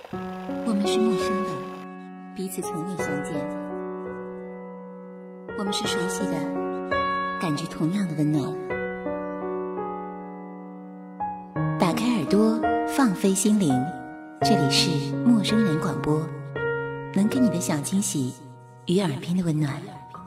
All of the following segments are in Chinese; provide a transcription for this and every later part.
我们是陌生的，彼此从未相见。我们是熟悉的，感觉同样的温暖。打开耳朵，放飞心灵，这里是陌生人广播，能给你的小惊喜与耳边的温暖。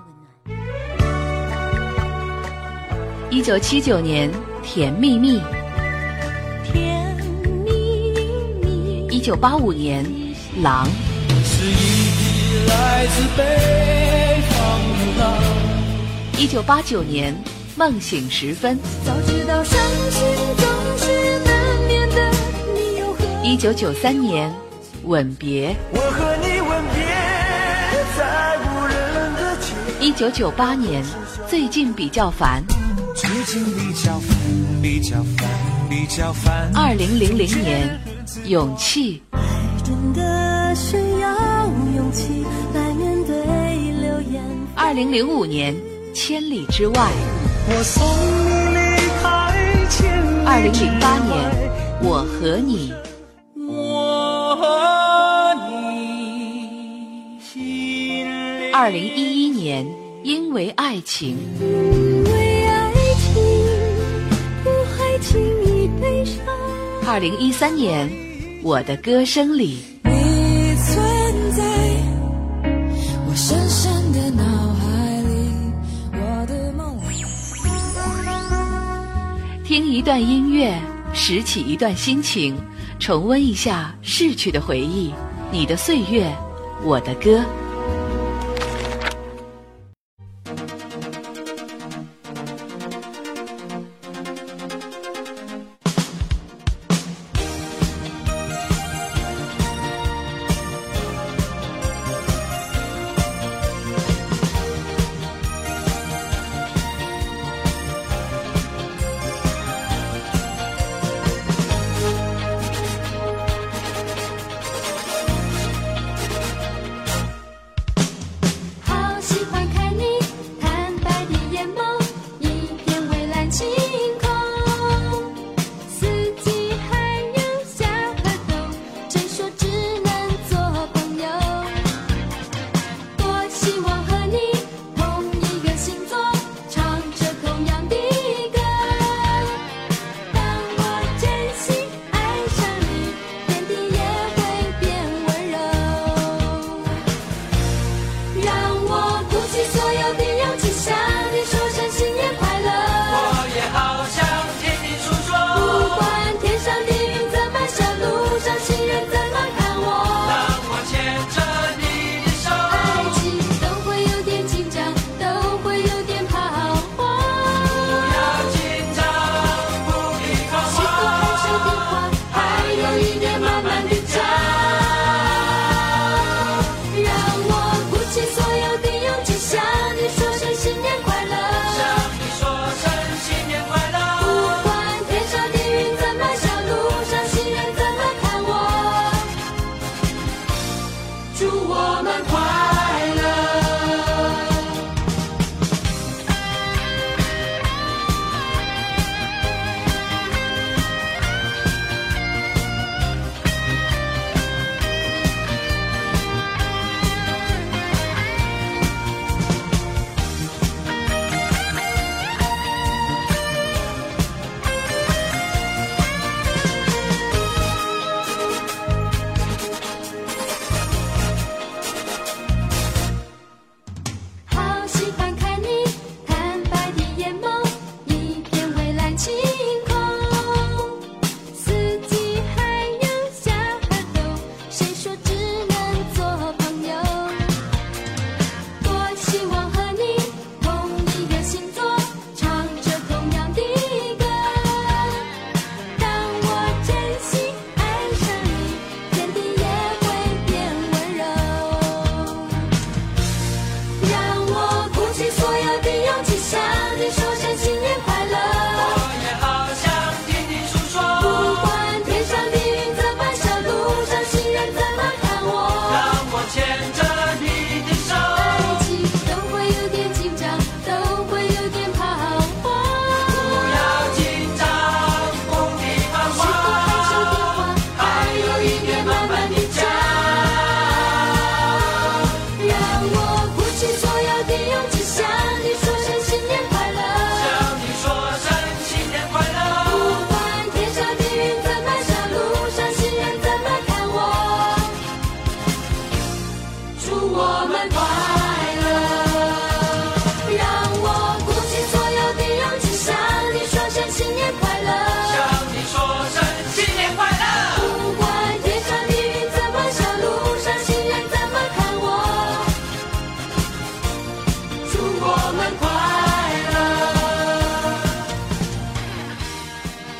1979年，甜蜜蜜。1985年，狼。 是一匹来自北方的狼。 1989年，梦醒时分。 早知道伤心总是难免的，你又何 1993年，吻别。 我和你吻别在无人的街。 1998年，最近比较烦。 最近比较烦，比较烦，比较烦。 2000年，勇气。 爱真的需要勇气来面对流言。 2005年，千里之外。 我送你离开千里之外。 2008年，我和你。 我和你心里。 2011年，因为爱情。 因为爱情不还轻易悲伤。 2013年，我的歌声里。 你存在我深深的脑海里，我的梦里。 听一段音乐，拾起一段心情，重温一下逝去的回忆，你的岁月，我的歌。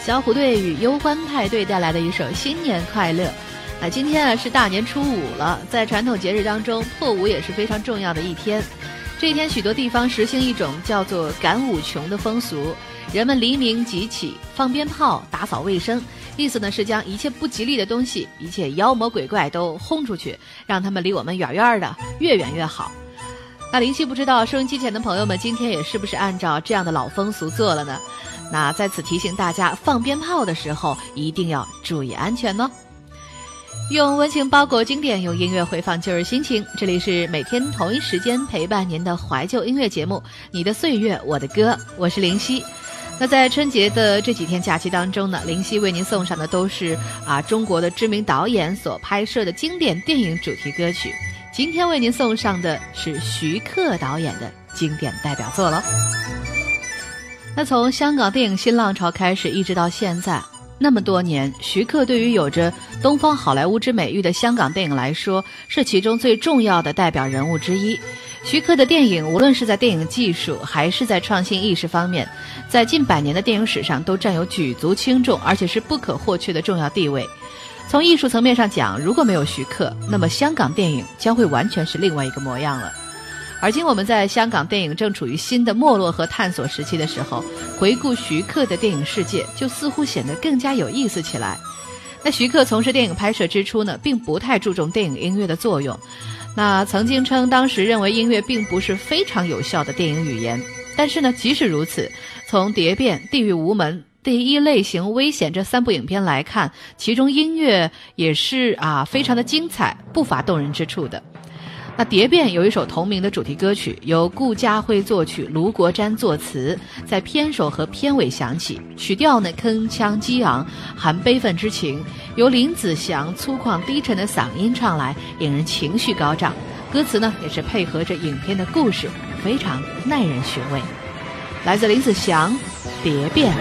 小虎队与忧欢派对带来的一首新年快乐。那今天是大年初五了，在传统节日当中，破五也是非常重要的一天。这一天许多地方实行一种叫做赶五穷的风俗，人们黎明即起，放鞭炮，打扫卫生，意思呢是将一切不吉利的东西，一切妖魔鬼怪都轰出去，让他们离我们远远的，越远越好。那林夕不知道收音机前的朋友们今天也是不是按照这样的老风俗做了呢？那在此提醒大家，放鞭炮的时候一定要注意安全哦。用温情包裹经典，用音乐回放旧日心情。这里是每天同一时间陪伴您的怀旧音乐节目《你的岁月我的歌》，我是林夕。那在春节的这几天假期当中呢，林夕为您送上的都是中国的知名导演所拍摄的经典电影主题歌曲。今天为您送上的是徐克导演的经典代表作了。那从香港电影新浪潮开始一直到现在那么多年，徐克对于有着东方好莱坞之美誉的香港电影来说，是其中最重要的代表人物之一。徐克的电影无论是在电影技术还是在创新意识方面，在近100年的电影史上都占有举足轻重而且是不可或缺的重要地位。从艺术层面上讲，如果没有徐克，那么香港电影将会完全是另外一个模样了。而今我们在香港电影正处于新的没落和探索时期的时候，回顾徐克的电影世界就似乎显得更加有意思起来。那徐克从事电影拍摄之初呢，并不太注重电影音乐的作用，那曾经称当时认为音乐并不是非常有效的电影语言。但是呢，即使如此，从《蝶变》、《地狱无门》、《第一类型》、《危险》这3部影片来看，其中音乐也是非常的精彩，不乏动人之处的。那《蝶变》有一首同名的主题歌曲，由顾嘉辉作曲，卢国詹作词，在片首和片尾响起，曲调呢铿锵激昂，含悲愤之情，由林子祥粗犷低沉的嗓音唱来，令人情绪高涨。歌词呢也是配合着影片的故事，非常耐人寻味。来自林子祥，《蝶变》。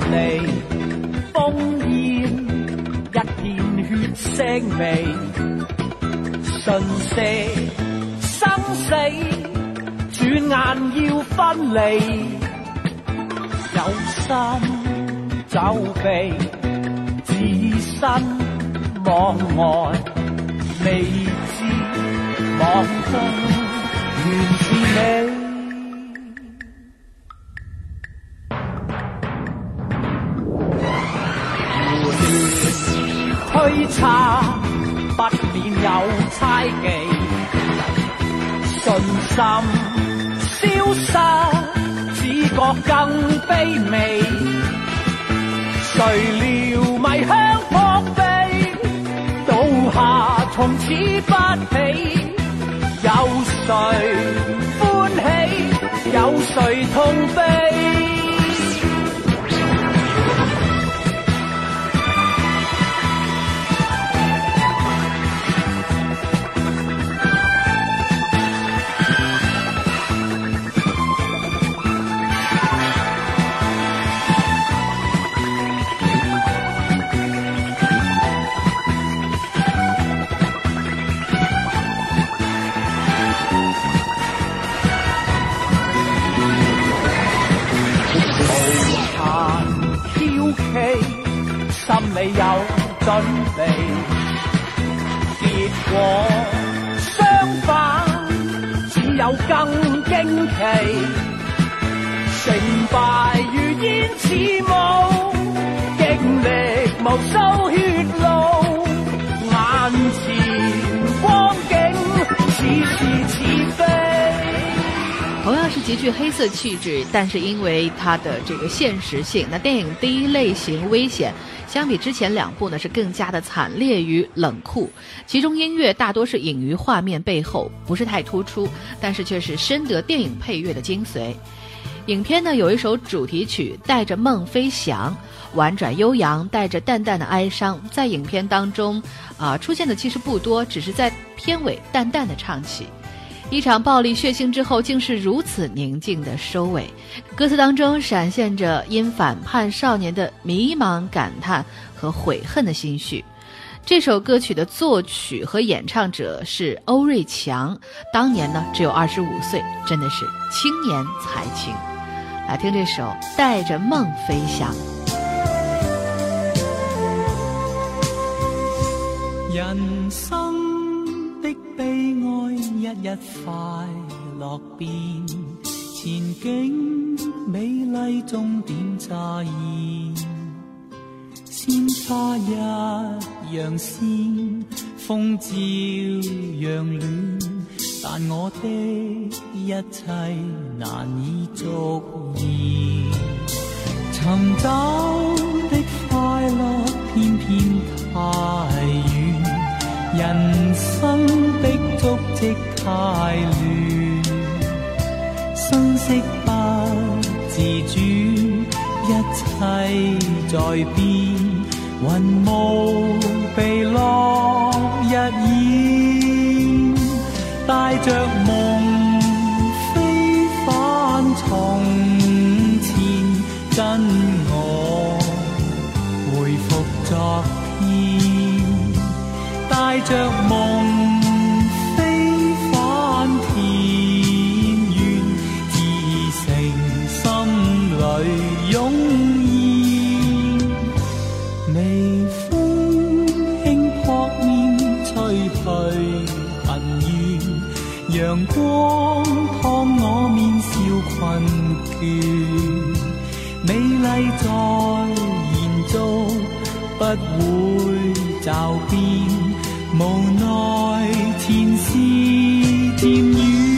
烽煙一片血腥味，瞬息生死，轉眼要分離，有心走避，置身望外，未知望中原是你。推測不免有猜忌，信心消失，只覺更卑微。誰料迷香撲鼻，倒下從此不起。有誰歡喜，有誰痛悲？心裏有準備，結果相反，只有更驚奇。成敗如煙似霧，經歷無數血路，眼前光景似是似非。 同样是极具黑色气质，但是因为它的这个现实性，那电影《第一类型》危险相比之前2部呢是更加的惨烈与冷酷，其中音乐大多是隐于画面背后，不是太突出，但是却是深得电影配乐的精髓。影片呢有一首主题曲带着梦飞翔，婉转悠扬，带着淡淡的哀伤，在影片当中出现的其实不多，只是在片尾淡淡的唱起。一场暴力血腥之后，竟是如此宁静的收尾。歌词当中闪现着因反叛少年的迷茫感叹和悔恨的心绪。这首歌曲的作曲和演唱者是欧瑞强，当年呢只有25岁，真的是青年才情。来听这首《带着梦飞翔》。 人生的悲哀一一快樂變，前景美麗終點乍現，鮮花一樣鮮，風照樣暖，但我的一切難以續現。尋找的快樂偏偏太遠，人生的足跡太亂，生息不自主，一切在變，雲霧被落日掩，帶着夢飛返從前，真我回復昨天，帶着夢飛返田園，自成心裏湧現，微風輕撲面吹去恨怨，陽光燙我面笑困倦，美麗在延續不會驟變，無奈前事漸遠。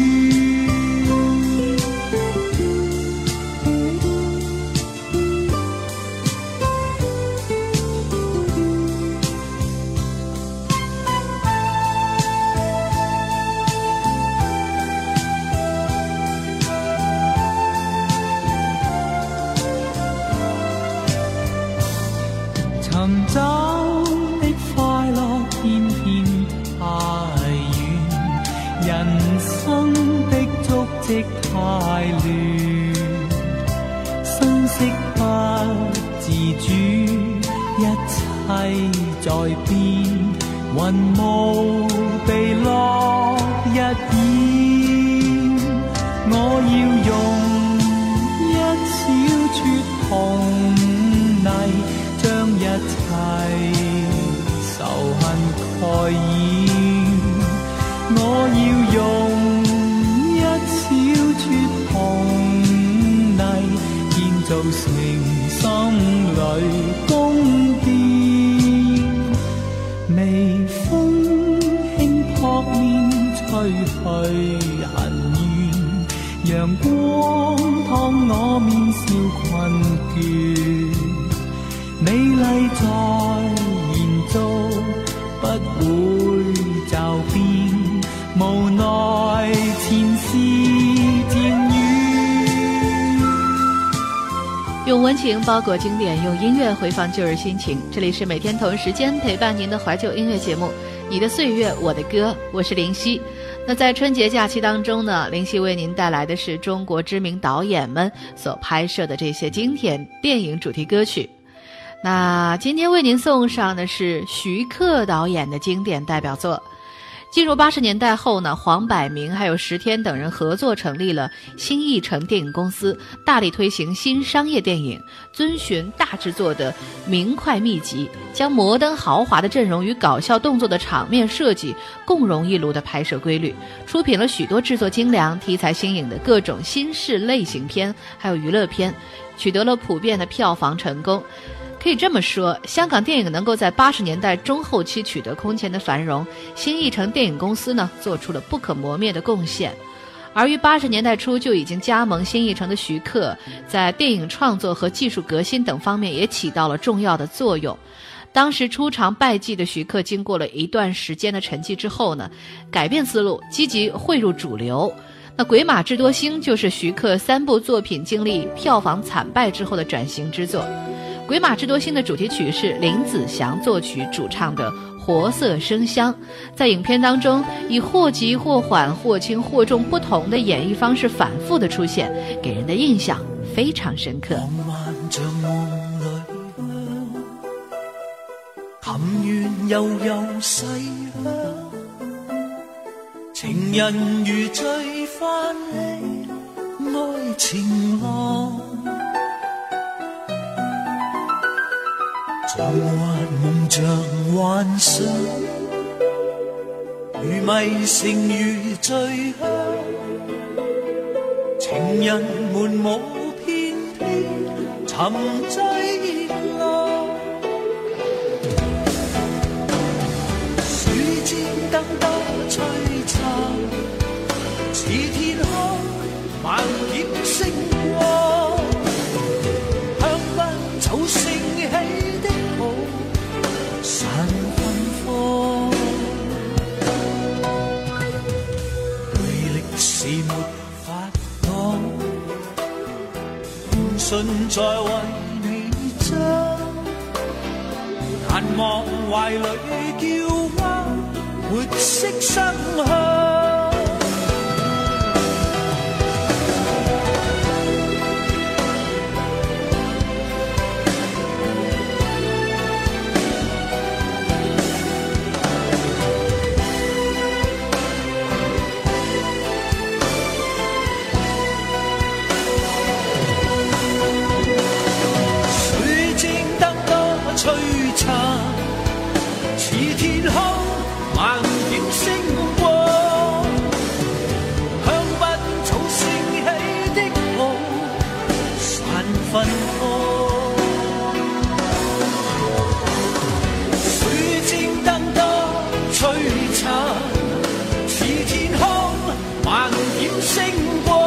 尋找的快樂偏偏太遠，人生的足跡太亂，生息不自主，一切在變，雲霧被落日掩，我要用一小撮紅泥將一切仇恨蓋掩，我要用一小撮紅泥建造成心裏宮殿，微風輕撲面吹去恨怨，陽光燙我面笑困倦，美麗在延續不會驟變，無奈前事漸遠。 用温情包裹經典，用音樂回放舊日心情。這裡是每天同時間陪伴您的懷舊音樂節目，你的歲月我的歌，我是林夕。那在春節假期當中呢，林夕為您帶來的是中國知名導演們所拍攝的這些經典電影主題歌曲。那今天為您送上的是徐克導演的經典代表作。進入80年代後呢，黃百鳴還有石天等人合作成立了新藝城電影公司，大力推行新商業電影，遵循大製作的明快密集，將摩登豪華的陣容與搞笑動作的場面設計共融一爐的拍攝規律，出品了許多製作精良、題材新穎的各種新式類型片還有娛樂片，取得了普遍的票房成功。可以這麼說，香港電影能夠在80年代中後期取得空前的繁榮，新藝城電影公司呢做出了不可磨滅的貢獻。而於80年代初就已經加盟新藝城的徐克，在電影創作和技術革新等方面也起到了重要的作用。當時初嘗敗績的徐克經過了一段時間的沉寂之後呢，改變思路，積極匯入主流。那《鬼馬智多星》就是徐克3部作品經歷票房慘敗之後的轉型之作。《鬼馬智多星》的主題曲是林子祥作曲主唱的《活色生香》，在影片當中以或急或緩、或輕或重不同的演繹方式反覆的出現，給人的印象非常深刻。 含怨悠悠細香，情人如醉翻起愛情浪，像幻夢像幻想， 迷成如醉香，情人們舞翩翩，沉醉熱浪。水晶燈多璀璨，似天空萬點星光。香檳草升起的舞，散芬芳。魅力是沒法擋，唔信再為你將難忘懷裏叫喚，活色生香。璀璨，似天空萬點星光。香檳草升起的舞，散芬芳。水晶燈多璀璨，似天空萬點星光。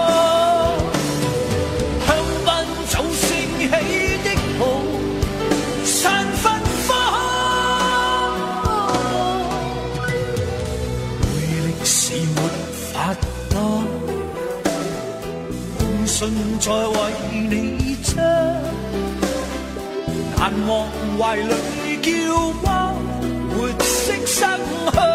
香檳草升起的舞，散芬芳。魅力是沒法擋，唔信再為你將難忘懷裏叫喚，活色生香。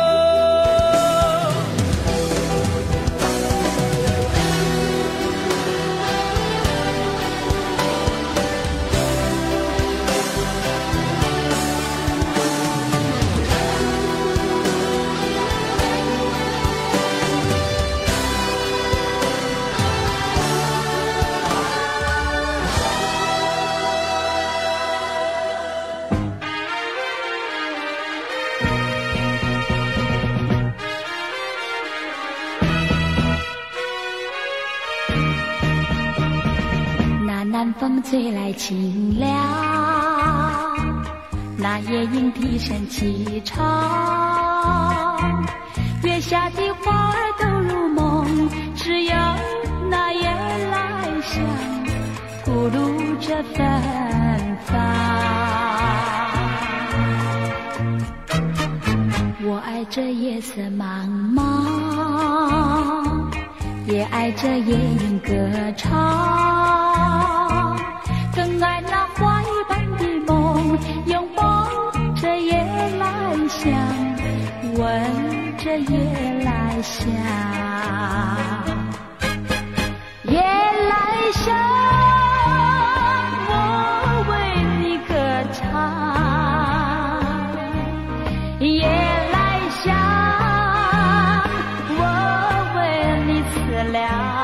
南风吹来清凉，那夜莺啼声齐唱，月下的花儿都入梦，只有那夜来香吐露着芬芳。我爱这夜色茫茫，也爱这夜莺歌唱，更爱那花一般的梦，拥抱着夜来香，闻着夜来香。夜来香，我为你歌唱。夜来香，我为你思量。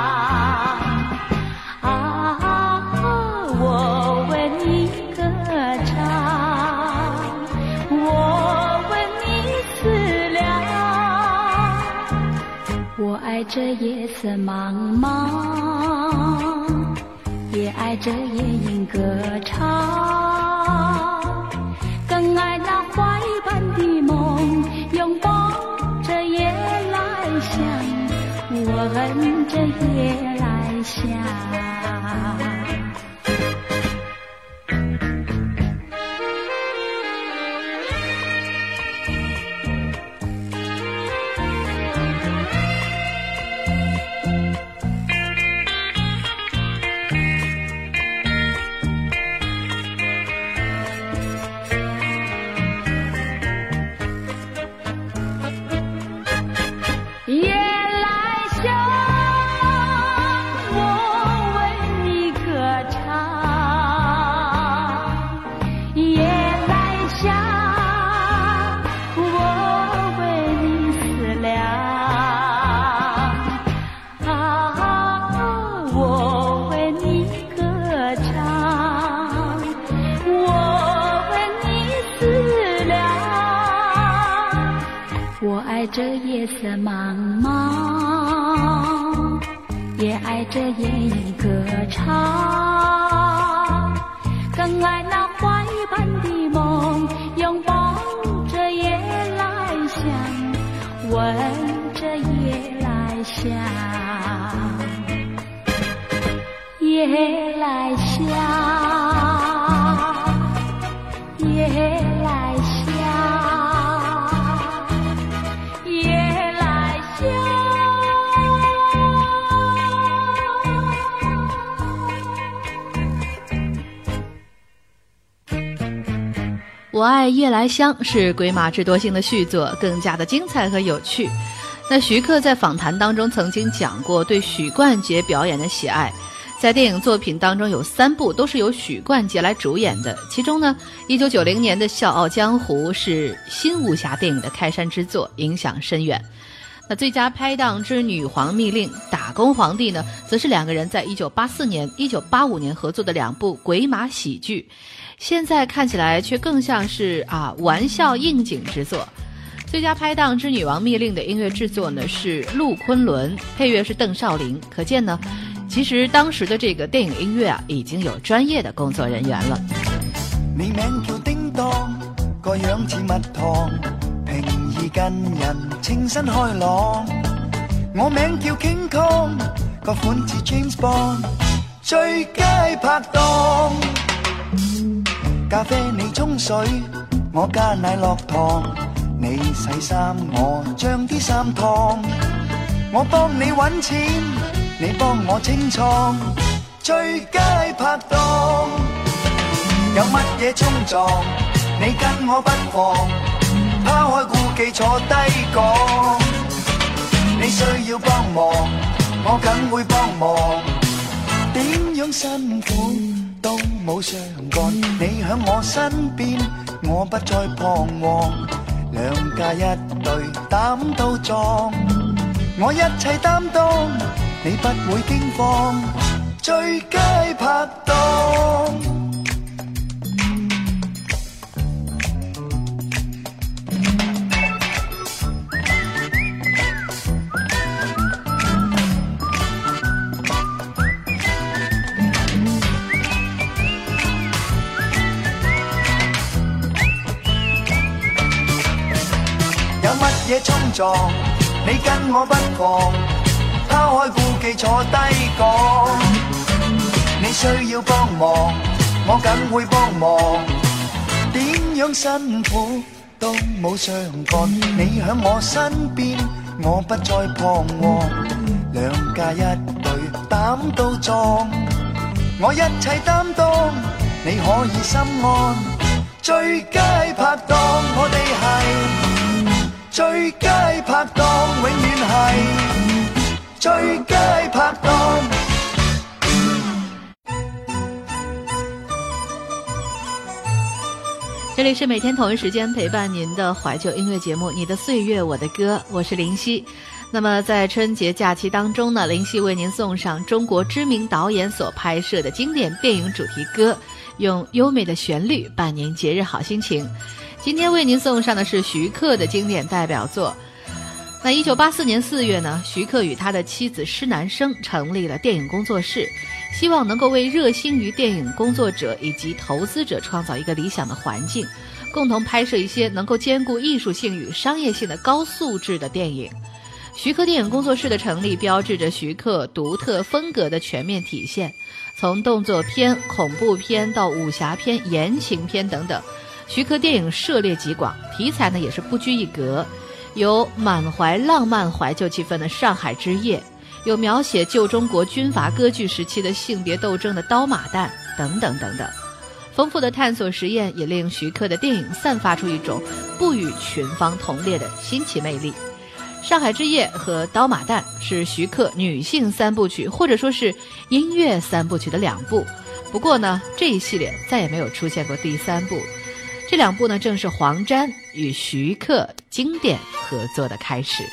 爱这夜色茫茫，也爱这夜莺歌唱，更爱那花一般的梦，拥抱着夜来香，我恨这夜来香。夜来香，我为你歌我爱这夜色茫茫，也爱这夜莺歌唱，更爱那花一般的梦，拥抱着夜来香，闻着夜来香，夜来香，夜来香，夜来香。 我爱夜来香是鬼马智多星的续作，更加的精彩和有趣。那徐克在访谈当中曾经讲过对许冠杰表演的喜爱，在电影作品当中有3部都是由许冠杰来主演的，其中呢1990年的《笑傲江湖》是新武侠电影的开山之作，影响深远。那最佳拍档之女皇密令、打工皇帝呢，则是2个人在1984年、1985年合作的2部鬼马喜剧，现在看起来却更像是玩笑应景之作。最佳拍档之女王密令的音乐制作呢是陆昆仑，配乐是邓少林，可见呢其实当时的这个电影音乐已经有专业的工作人员了。 你名叫叮當，個樣似蜜糖，平易近人，清新開朗。我名叫 King Kong， 個款似 James Bond， 最佳拍檔。咖啡你沖水，我加奶落糖，你洗衫我將啲衫燙，我幫你搵錢，你幫我清倉，最佳拍檔。有乜嘢衝撞，你跟我不妨，拋開顧忌坐低講。你需要幫忙，我梗會幫忙，點樣辛苦都冇相干。你喺我身邊，我不再彷徨，2加1對膽都壯。我一切擔當，你不會驚慌，最佳拍檔。有乜嘢衝撞，你跟我不妨，拋開顧忌坐低講。你需要幫忙，我梗會幫忙，點樣辛苦都冇相干。你喺我身邊，我不再彷徨，2加1對膽都壯。我一切擔當，你可以心安，最佳拍檔我哋係。最佳拍檔永遠係最佳拍檔。 这里是每天同一时间陪伴您的怀旧音乐节目《你的岁月我的歌》，我是林夕。那么在春节假期当中呢，林夕为您送上中国知名导演所拍摄的经典电影主题歌，用优美的旋律伴您节日好心情。今天为您送上的是徐克的经典代表作。那1984年4月呢，徐克与他的妻子施南生成立了电影工作室，希望能够为热心于电影工作者以及投资者创造一个理想的环境，共同拍摄一些能够兼顾艺术性与商业性的高素质的电影。徐克电影工作室的成立标志着徐克独特风格的全面体现，从动作片、恐怖片到武侠片、言情片等等，徐克电影涉猎极广，题材呢也是不拘一格，有满怀浪漫怀旧气氛的《上海之夜》，有描写旧中国军阀割据时期的性别斗争的《刀马旦》等等等等。丰富的探索实验也令徐克的电影散发出一种不与群芳同列的新奇魅力。《上海之夜》和《刀马旦》是徐克女性3部曲或者说是音乐3部曲的2部，不过呢这一系列再也没有出现过第3部。这2部呢正是黄沾与徐克经典合作的开始。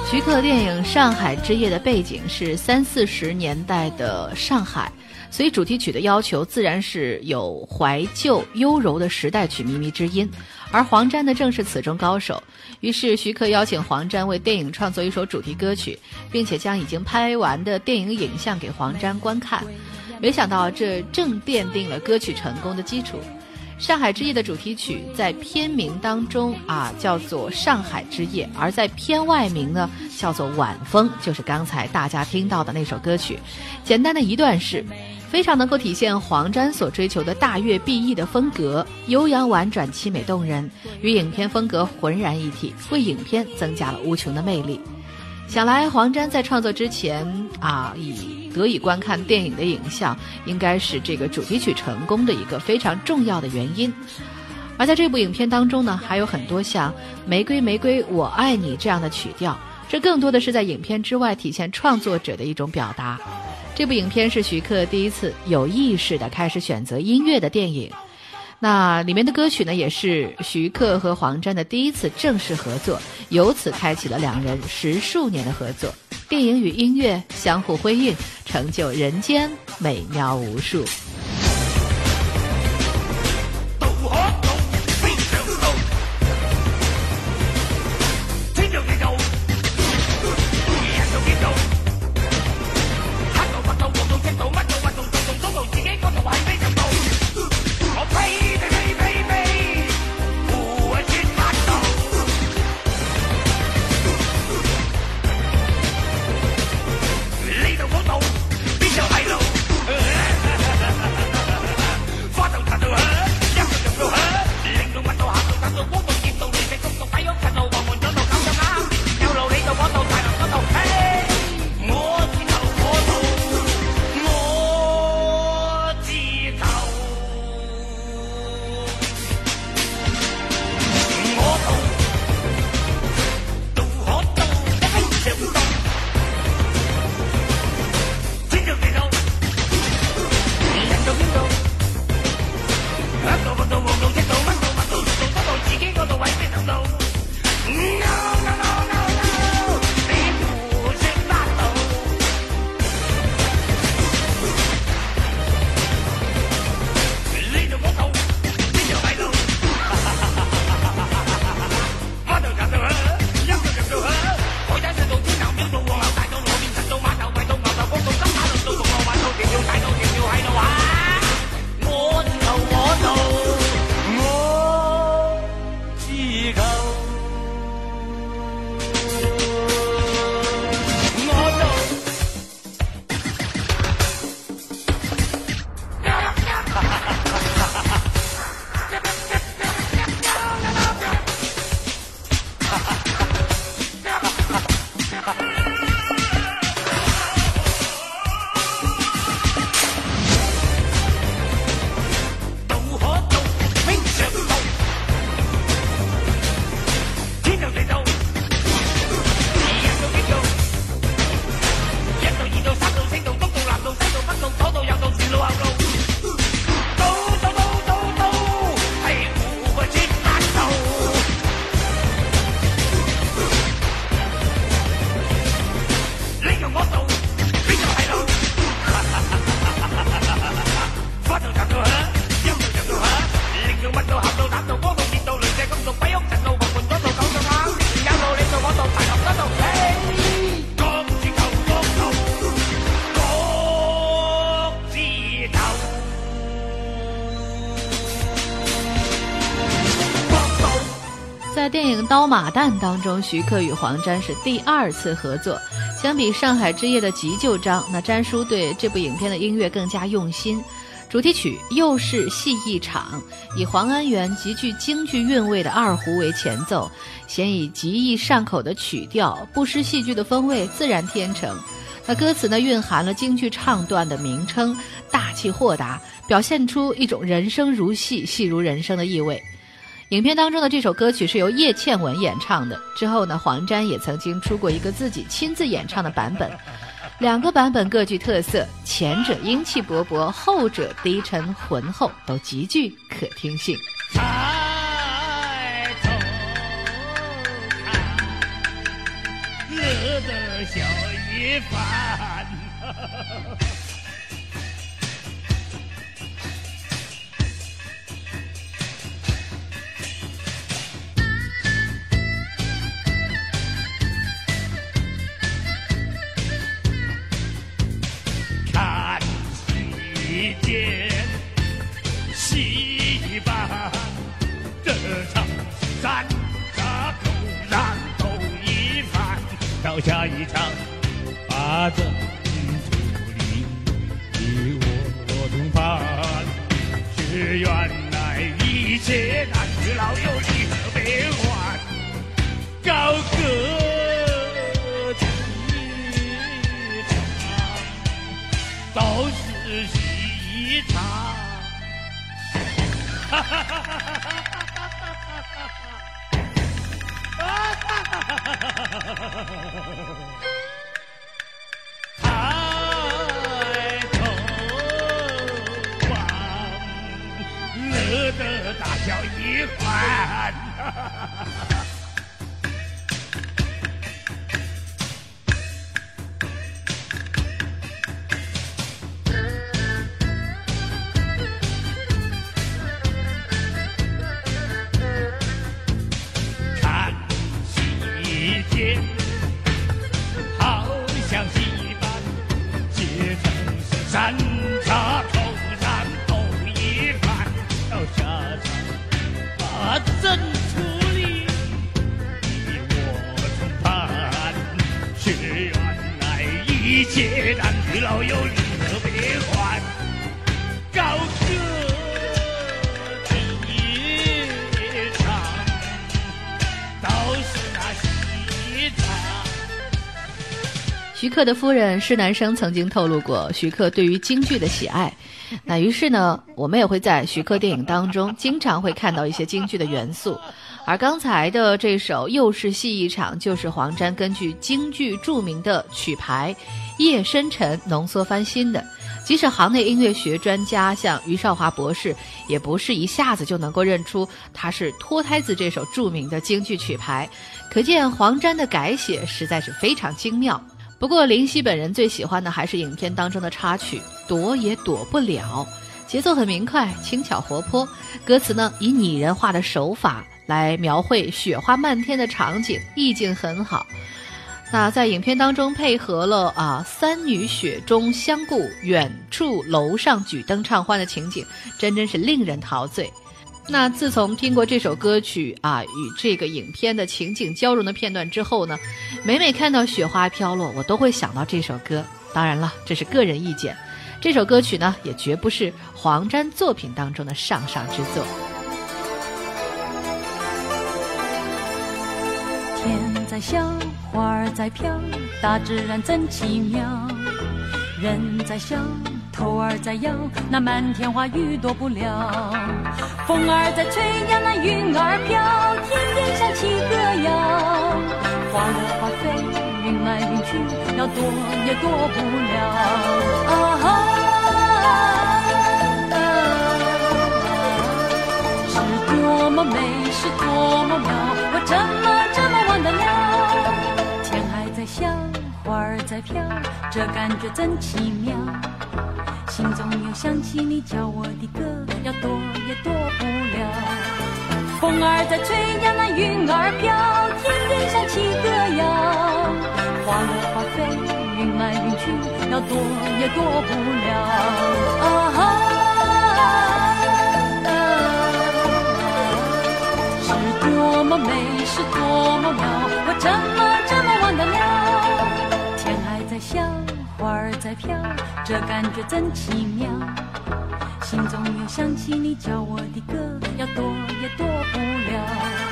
徐克电影《上海之夜》的背景是30-40年代的上海，所以主题曲的要求自然是有怀旧优柔的时代曲靡靡之音，而黄沾呢正是此中高手。于是徐克邀请黄沾为电影创作一首主题歌曲，并且将已经拍完的电影影像给黄沾观看。没想到这正奠定了歌曲成功的基础。上海之夜的主题曲在片名当中叫做上海之夜，而在片外名呢叫做晚风，就是刚才大家听到的那首歌曲。简单的一段式，非常能够体现黄沾所追求的大乐毕意的风格，悠扬婉转，凄美动人，与影片风格浑然一体，为影片增加了无穷的魅力。想来黄沾在创作之前得以观看电影的影像，应该是这个主题曲成功的一个非常重要的原因。而在这部影片当中呢，还有很多像玫瑰玫瑰我爱你这样的曲调，这更多的是在影片之外体现创作者的一种表达。这部影片是徐克第一次有意识地开始选择音乐的电影，那里面的歌曲呢，也是徐克和黄沾的第一次正式合作，由此开启了两人10数年的合作。电影与音乐相互辉映，成就人间美妙无数。在电影《刀马旦》当中，徐克与黄沾是第2次合作。相比《上海之夜》的急就章，那沾叔对这部影片的音乐更加用心。主题曲又是戏一场，以黄安源极具京剧韵味的二胡为前奏，显以极易上口的曲调，不失戏剧的风味，自然天成。那歌词呢，蕴含了京剧唱段的名称，大气豁达，表现出一种人生如戏，戏如人生的意味。影片当中的这首歌曲是由叶倩文演唱的，之后呢，黄沾也曾经出过一个自己亲自演唱的版本。2个版本各具特色，前者英气勃勃，后者低沉浑厚，都极具可听性。 抬头看， 乐得笑一番。看西天西办这场山茶口上头一番，到下一场把这处理你我同伴，是原来一切男女老幼离合悲欢，高歌一场都是西场。哈哈哈哈哈哈！抬头望，乐得大笑一番。看西天，好像戏班，街头是山茶口上头一番，到下场把正处理你我同伴，是原来一切男女老幼离合悲欢，高歌一场都是那西场。 徐克的夫人施南生曾经透露过徐克对于京剧的喜爱，那于是呢，我们也会在徐克电影当中经常会看到一些京剧的元素。而刚才的这首又是戏一场，就是黄沾根据京剧著名的曲牌《夜深沉》浓缩翻新的。即使行内音乐学专家像于少华博士，也不是一下子就能够认出它是脱胎自这首著名的京剧曲牌，可见黄沾的改写实在是非常精妙。不过林夕本人最喜欢的还是影片当中的插曲《躲也躲不了》，节奏很明快，轻巧活泼，歌词呢以拟人化的手法来描绘雪花漫天的场景，意境很好。那在影片当中配合了三女雪中相顾，远处楼上举灯畅欢的情景，真是令人陶醉。那自从听过这首歌曲与这个影片的情景交融的片段之后呢，每每看到雪花飘落，我都会想到这首歌。当然了，这是个人意见，这首歌曲呢也绝不是黄沾作品当中的上上之作。 天在笑，花儿在飘，大自然真奇妙。人在笑，头儿在摇，那满天花雨躲不了。风儿在吹呀，那云儿飘，天边响起歌谣。花儿花飞，云来云去，要躲也躲不了。是多么美，是多么妙，我怎么这么忘得了？天还在笑，花儿在飘，这感觉真奇妙。心中又想起你教我的歌，要躲也躲不了。风儿在吹呀，那云儿飘，天边响起歌谣。花儿花飞，云来云去，要躲也躲不了。是多么美，是多么妙，我怎么这么忘得了？天还在笑，花儿在飘，这感觉真奇妙。心中又想起你教我的歌，要躲也躲不了。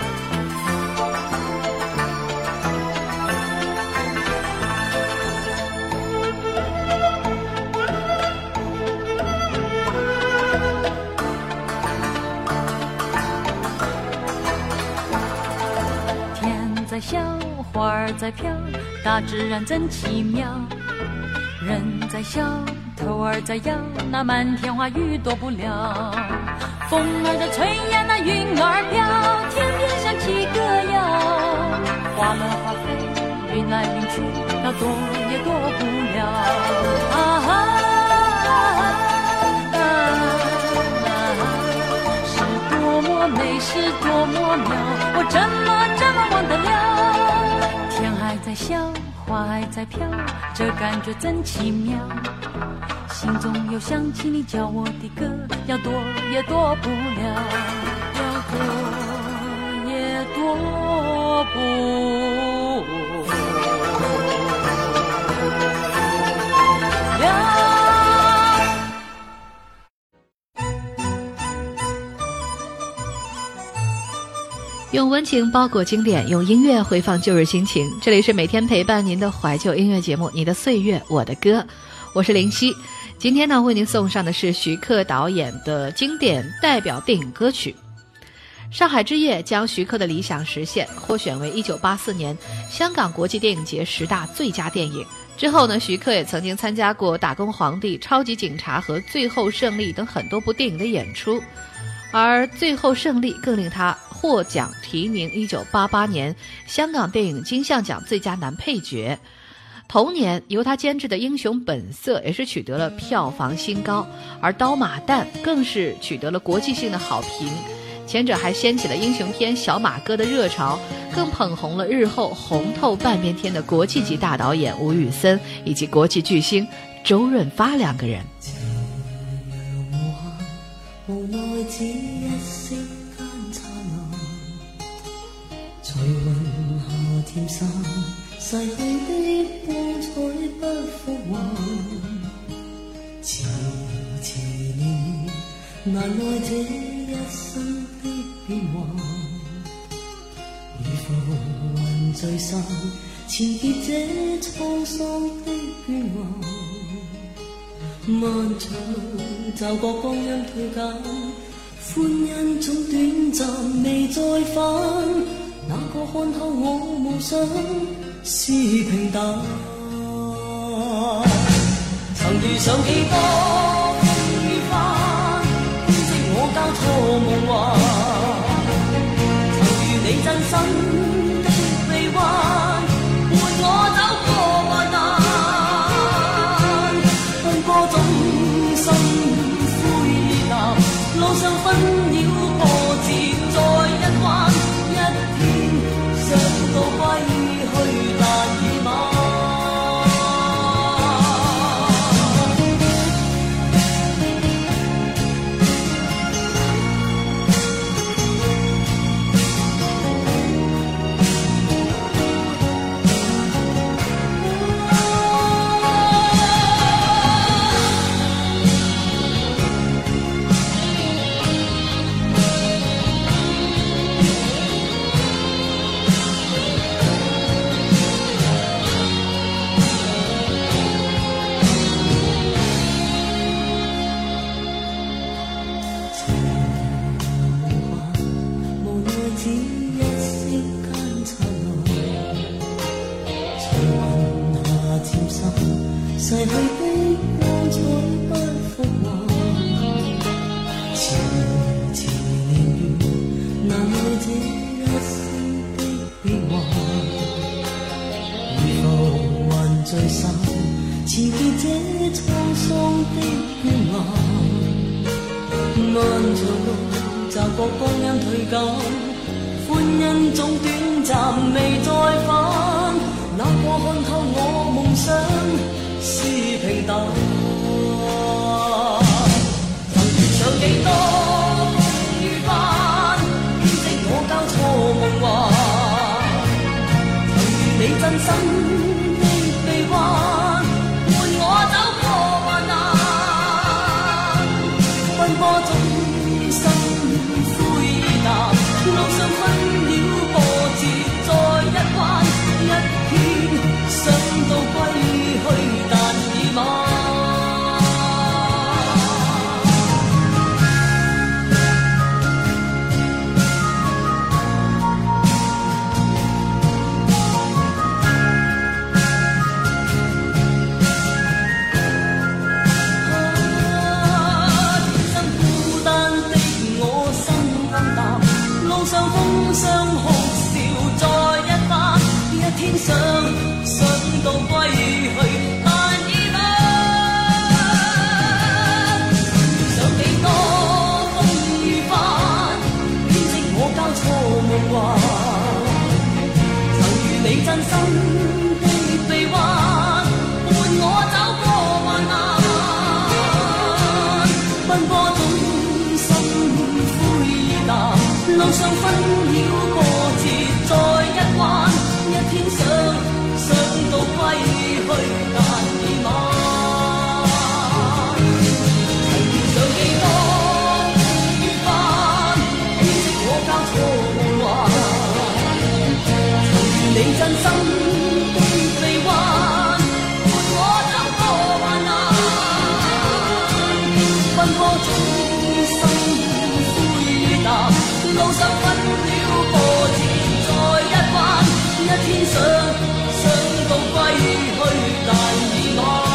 天在笑，花儿在飘，大自然真奇妙。人在笑，头儿在摇，那满天花雨躲不了。风儿在吹呀，那云儿飘，天边响起歌谣。花儿花飞， 云来云去，要躲也躲不了。是多么美，是多么妙，我怎么忘得了？天还在笑，花还在飘，这感觉真奇妙。心中又想起你教我的歌，要躲也躲不了，要躲也躲不了。 用温情包裹经典，用音乐回放旧日心情。这里是每天陪伴您的怀旧音乐节目《你的岁月我的歌》，我是林夕。今天呢，为您送上的是徐克导演的经典代表电影歌曲《上海之夜》，将徐克的理想实现，获选为1984年香港国际电影节10大最佳电影。之后呢，徐克也曾经参加过《打工皇帝》、《超级警察》和《最后胜利》等很多部电影的演出，而《最后胜利》更令他获奖提名1988年香港电影金像奖最佳男配角。同年由他监制的《英雄本色》也是取得了票房新高，而《刀马旦》更是取得了国际性的好评，前者还掀起了英雄片小马哥的热潮，更捧红了日后红透半边天的国际级大导演吴宇森以及国际巨星周润发两个人。 无奈只一息间灿烂，随云下渐散，逝去的光彩不复还。迟迟年月，难耐这一生的变幻。如浮云聚散，缠结这沧桑的倦幻。漫长驟覺光陰退減，歡欣總短暫未再返。那個看透我夢想是平淡。曾遇上幾多風雨翻，編織我交錯夢幻。曾遇你真心的臂彎，伴我走過患難。多種心灰意淡，路上紛擾波折再一彎，一天想到歸去但已晚。逝去的光彩不復還，遲遲年月，難耐這一生的變幻。如浮雲聚散，纏結這滄桑的倦顏。漫長路驟覺光陰退減，歡欣總短暫未再返。那個看透我夢想是平淡，曾遇上幾多風雨翻，編織我交錯夢幻。曾遇你真心的臂彎，伴我走過患難。奔波中心灰意淡，路上紛擾波折再一彎，一天想到歸去但已晚。 真心的臂彎，伴我走過患難，奔波中心灰淡，路上紛擾波折再一彎，一天想到歸去，但已晚。曾遇上幾多緣分，編織我交錯夢幻，曾如你真心的臂彎，伴我走過患難，奔波中心灰淡，路上紛擾波折再一彎，一天想到歸去，但已晚。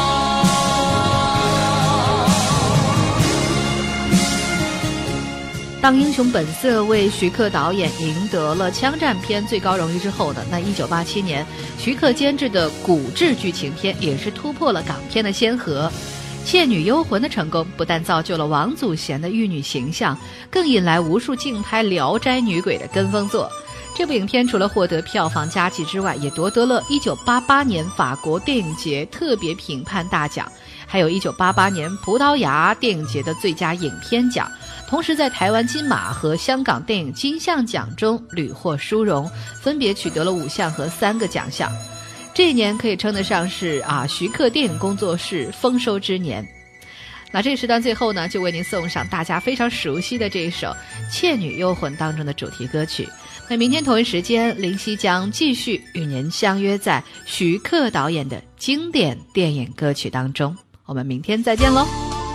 当《英雄本色》为徐克导演赢得了枪战片最高荣誉之后呢，那1987年徐克监制的古制剧情片也是突破了港片的先河。《倩女幽魂》的成功不但造就了王祖贤的玉女形象，更引来无数竞拍《聊斋女鬼》的跟风作。这部影片除了获得票房佳绩之外，也夺得了1988年法国电影节特别评判大奖，还有1988年葡萄牙电影节的最佳影片奖，同时在台湾金马和香港电影金像奖中屡获殊荣，分别取得了5项和3个奖项。这一年可以称得上是徐克电影工作室丰收之年。那这个时段最后呢，就为您送上大家非常熟悉的这一首《倩女幽魂》当中的主题歌曲。那明天同一时间，林夕将继续与您相约在徐克导演的经典电影歌曲当中。我们明天再见喽。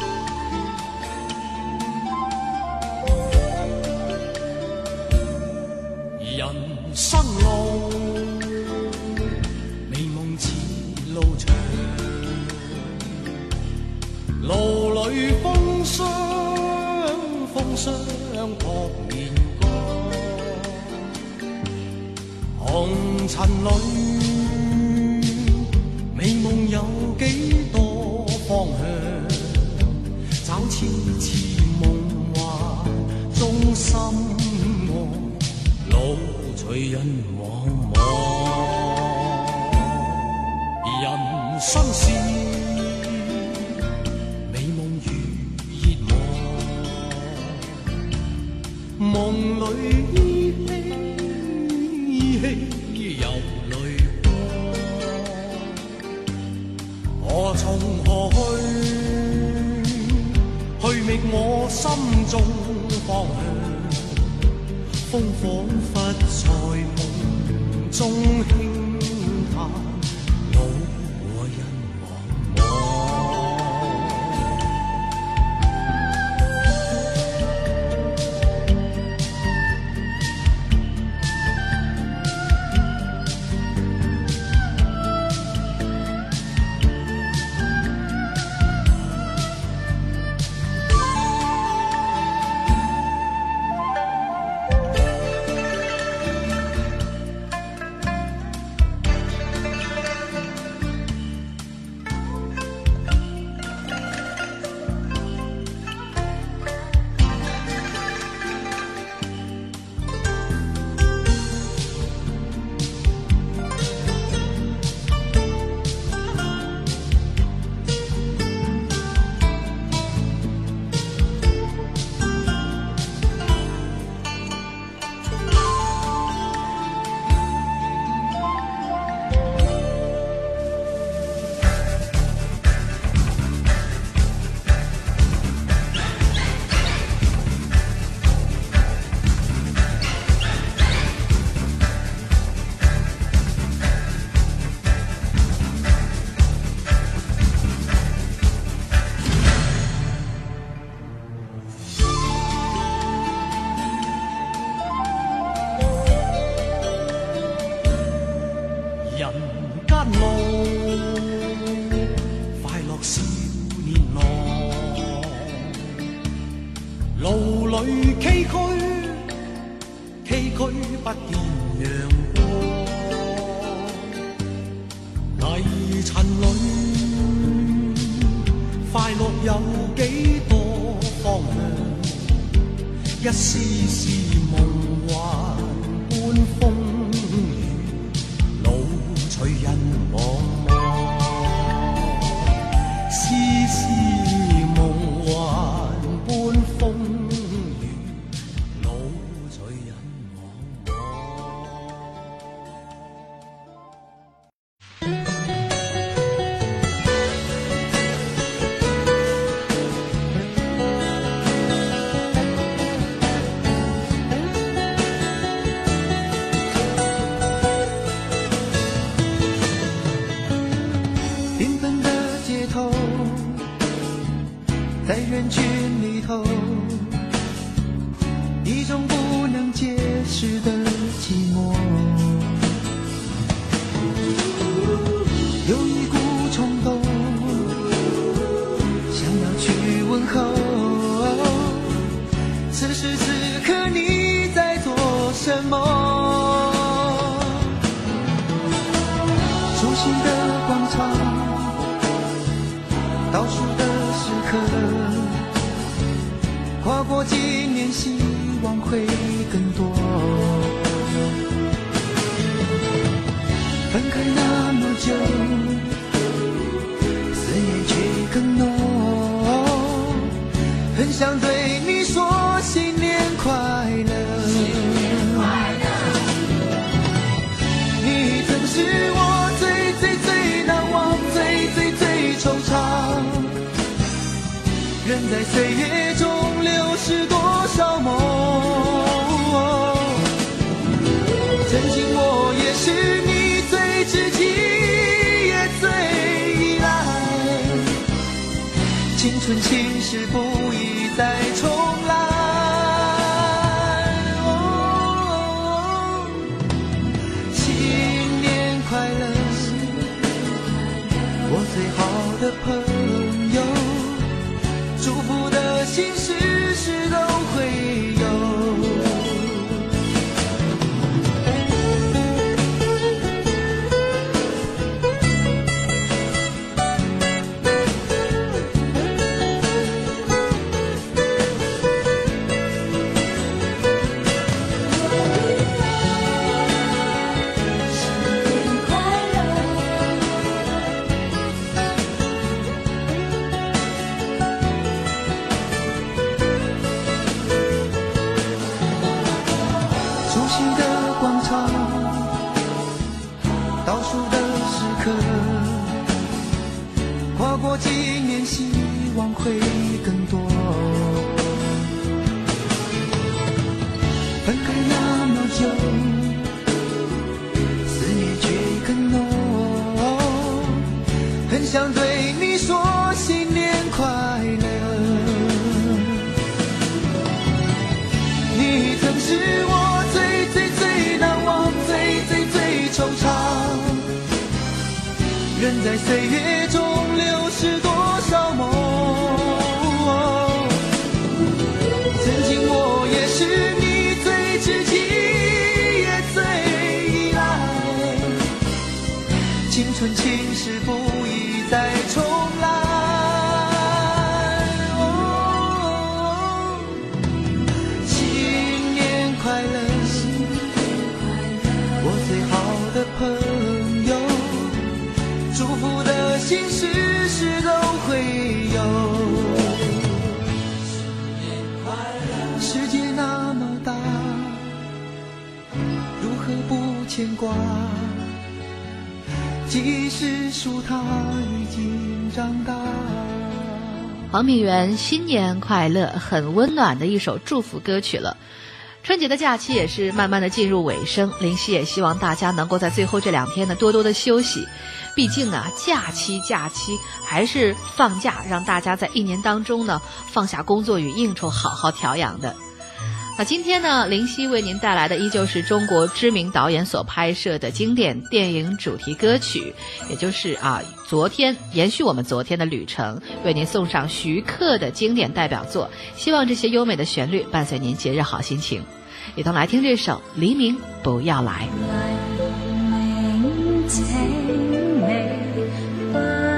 人生路，美夢似路長，路裏風霜撲面光，紅塵裏美夢有幾多方向，找次次夢幻中心愛，路隨人茫茫，人生是美夢如熱望，夢裏依稀有淚光，我從何去覓我心中方向，風彷彿在夢中輕嘆，路和人茫茫。一絲絲夢幻般風雨， 随人往，丝丝梦幻般风雨，老随人往缤纷的街头，在人群里头，一种不能解释的寂寞，有一股冲动，想要去问候。此时此刻你在做什么？熟悉的广场，倒数的时刻，跨过几年，希望会更多。分开那么久，思念却更浓，很想对你说新年快乐。你曾是我最最最难忘，最最最惆怅，人在岁月中流逝多少梦，曾经我也是你最知己也最依赖，青春情事不宜再重来。新年快乐，我最好的朋友，祝福的心事事都会有。熟悉的广场，倒数的时刻，跨过几年，希望会更多。分开那么久，思念却更浓，很想对你说新年快乐。你曾是我最最最难忘，最最最惆怅，人在岁月中流逝多少梦，曾经我也是你最知己也最依赖，青春情事不宜再重来。朋友，祝福的心事事都会有。世界那么大，如何不牵挂？即使树它已经长大。 黄品源新年快乐，很温暖的一首祝福歌曲了。春节的假期也是慢慢的进入尾声，林夕也希望大家能够在最后这2天呢多多的休息，毕竟啊假期还是放假，让大家在一年当中呢放下工作与应酬，好好调养的。那今天呢，林夕为您带来的依旧是中国知名导演所拍摄的经典电影主题歌曲，也就是昨天延续我们昨天的旅程，为您送上徐克的经典代表作，希望这些优美的旋律伴随您节日好心情。一同来听这首《黎明不要来》。 黎明請你不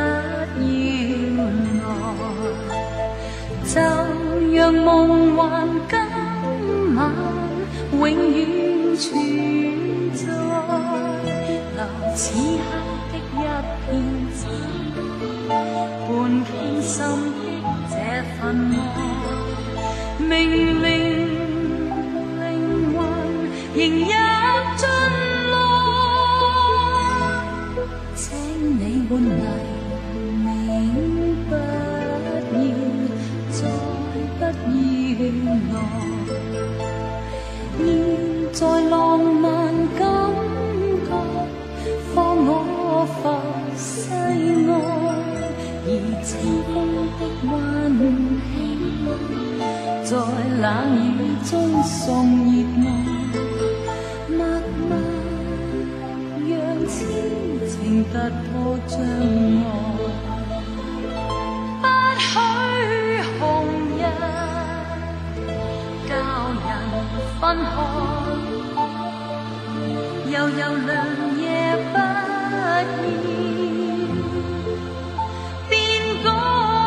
要來，就讓夢幻今晚永遠存在。 此刻的一片真，半傾心的這份愛，明明靈魂仍入進來，請你換黎明，不要再不要我。現在浪漫感覺放我浮世外，而清風的溫馨在冷雨中送熱愛，默默讓痴情突破障礙，不許紅日教人分開，悠悠涼夜不要變改，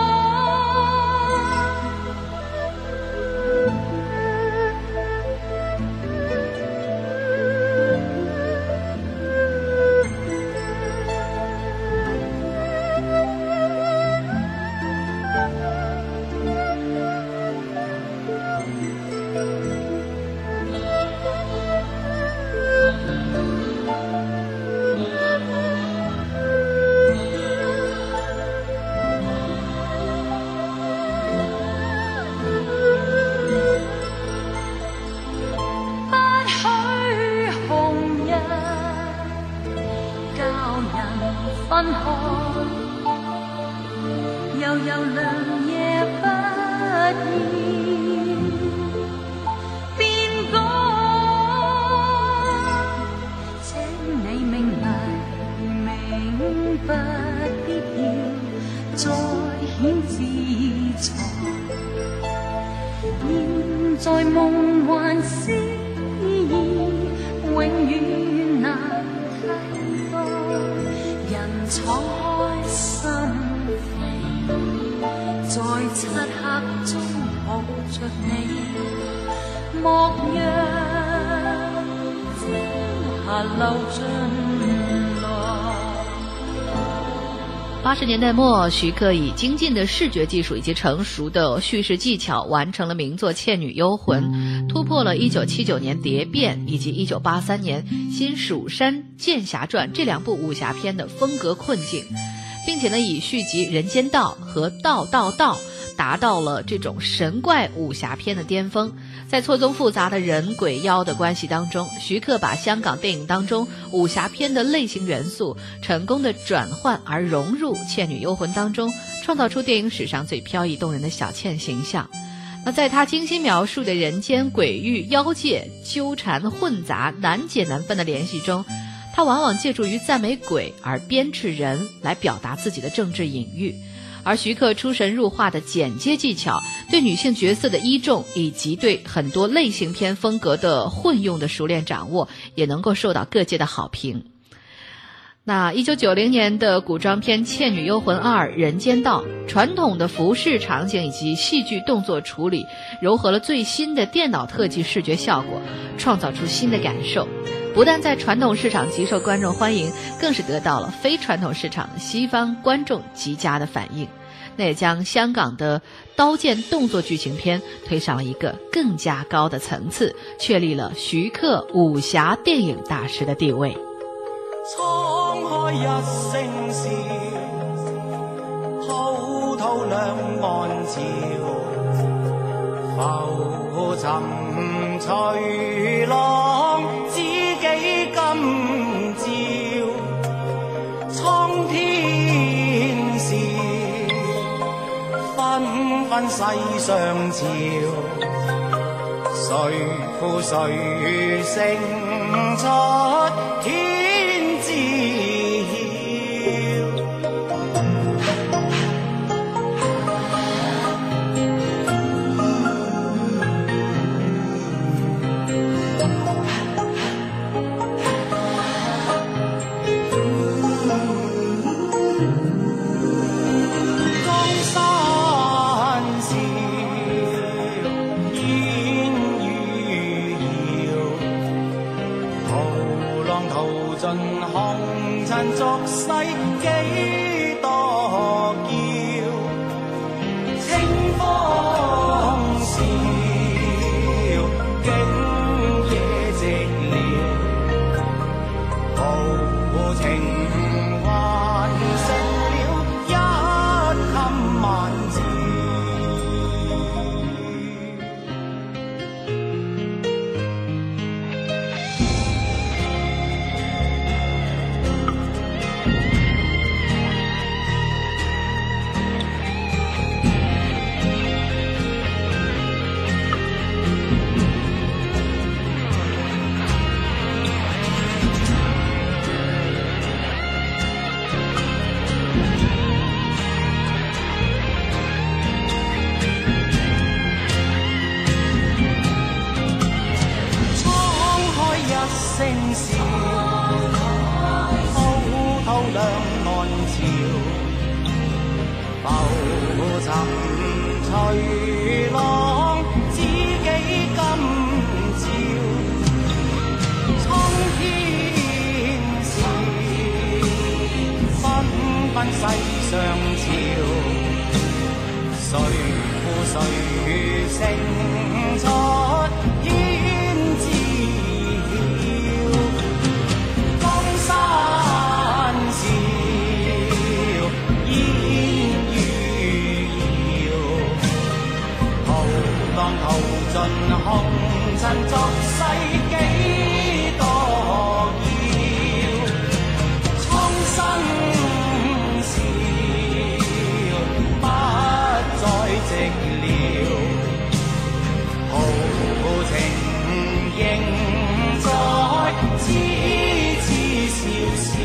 分開，悠悠涼夜不要變改，請你明黎明，不必要再顯自裁，現在夢幻詩意永遠難替代，人敞開心扉，在漆黑中抱着你，莫讓朝霞流進來。 80年代末，徐克以精进的视觉技术以及成熟的叙事技巧，完成了名作《倩女幽魂》，突破了1979年《蝶变》以及1983年《新蜀山剑侠传》这两部武侠片的风格困境，并且呢，以续集《人间道》和《道道道》达到了这种神怪武侠片的巅峰。在错综复杂的人鬼妖的关系当中，徐克把香港电影当中武侠片的类型元素成功的转换而融入《倩女幽魂》当中，创造出电影史上最飘逸动人的小倩形象。那在他精心描述的人间鬼域妖界纠缠混杂难解难分的联系中，他往往借助于赞美鬼而鞭笞人来表达自己的政治隐喻。而徐克出神入化的剪接技巧，对女性角色的倚重，以及对很多类型片风格的混用的熟练掌握，也能够受到各界的好评。那1990年的古装片《倩女幽魂2：人间道》，传统的服饰场景以及戏剧动作处理，糅合了最新的电脑特技视觉效果，创造出新的感受。不但在传统市场极受观众欢迎，更是得到了非传统市场的西方观众极佳的反应。那也将香港的刀剑动作剧情片推上了一个更加高的层次，确立了徐克武侠电影大师的地位。 敞開一聲笑，滔滔兩岸潮，浮沉隨浪，知己今朝，蒼天笑，紛紛世上潮，誰負誰勝出天知曉。江山笑，煙雨遙，途浪淘尘俗世幾多嬌，清風笑，竟野寂寥，豪情還剩了一襟萬照。聲笑，滔滔兩岸潮，浮沉隨浪，知己今朝。蒼天笑，紛紛世上潮，誰負誰勝出天知。山笑，煙雨遙，浩蕩淘盡紅塵俗世幾多妖，蒼生笑，不再寂寥，豪情仍在痴痴笑笑。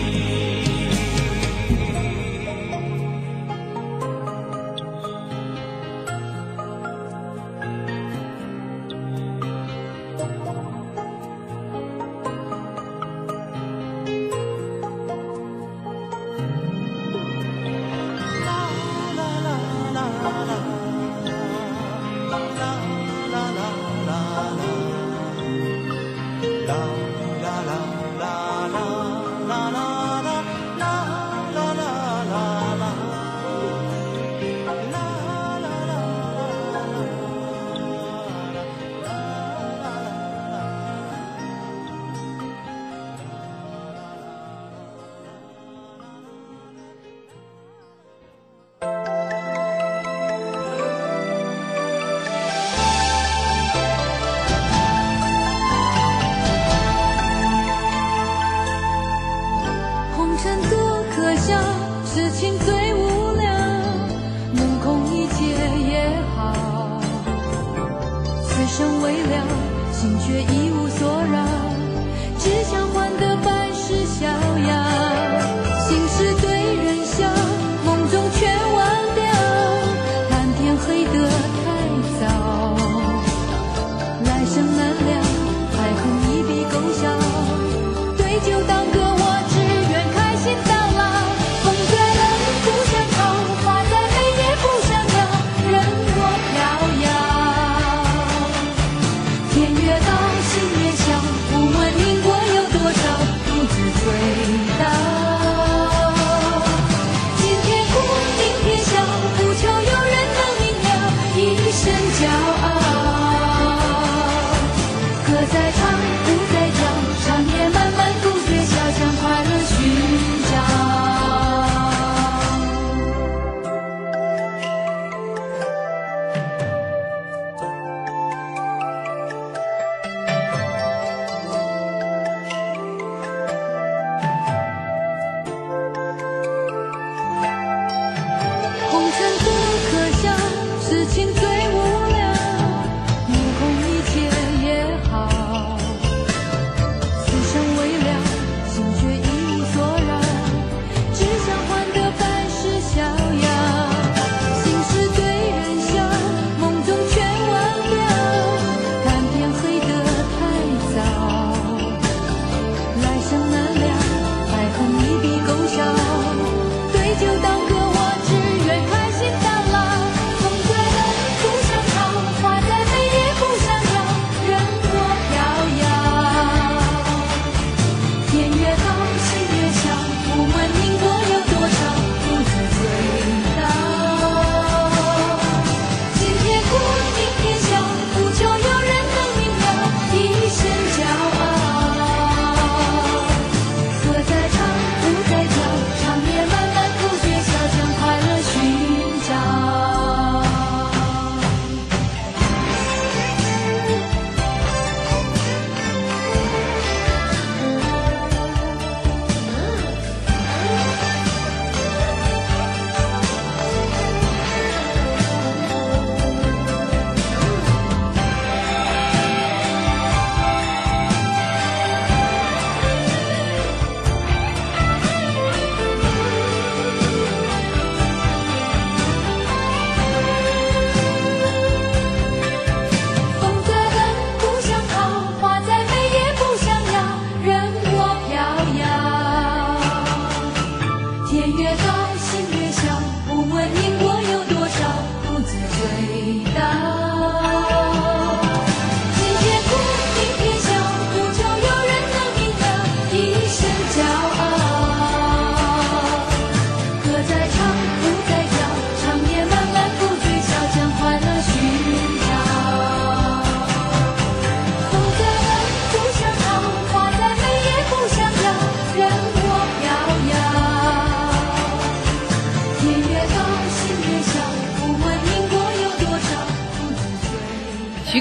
事情最无聊，能空一切也好。此生未了，心却一无所扰，只想换得百世逍遥。心事对人笑，梦中全忘掉，谈天黑得太早。来生难料，爱恨一笔勾销，对酒当歌，我只愿开心到老。风在冷不想逃，花在美也不想跳，任我飘摇。天越高，心越小。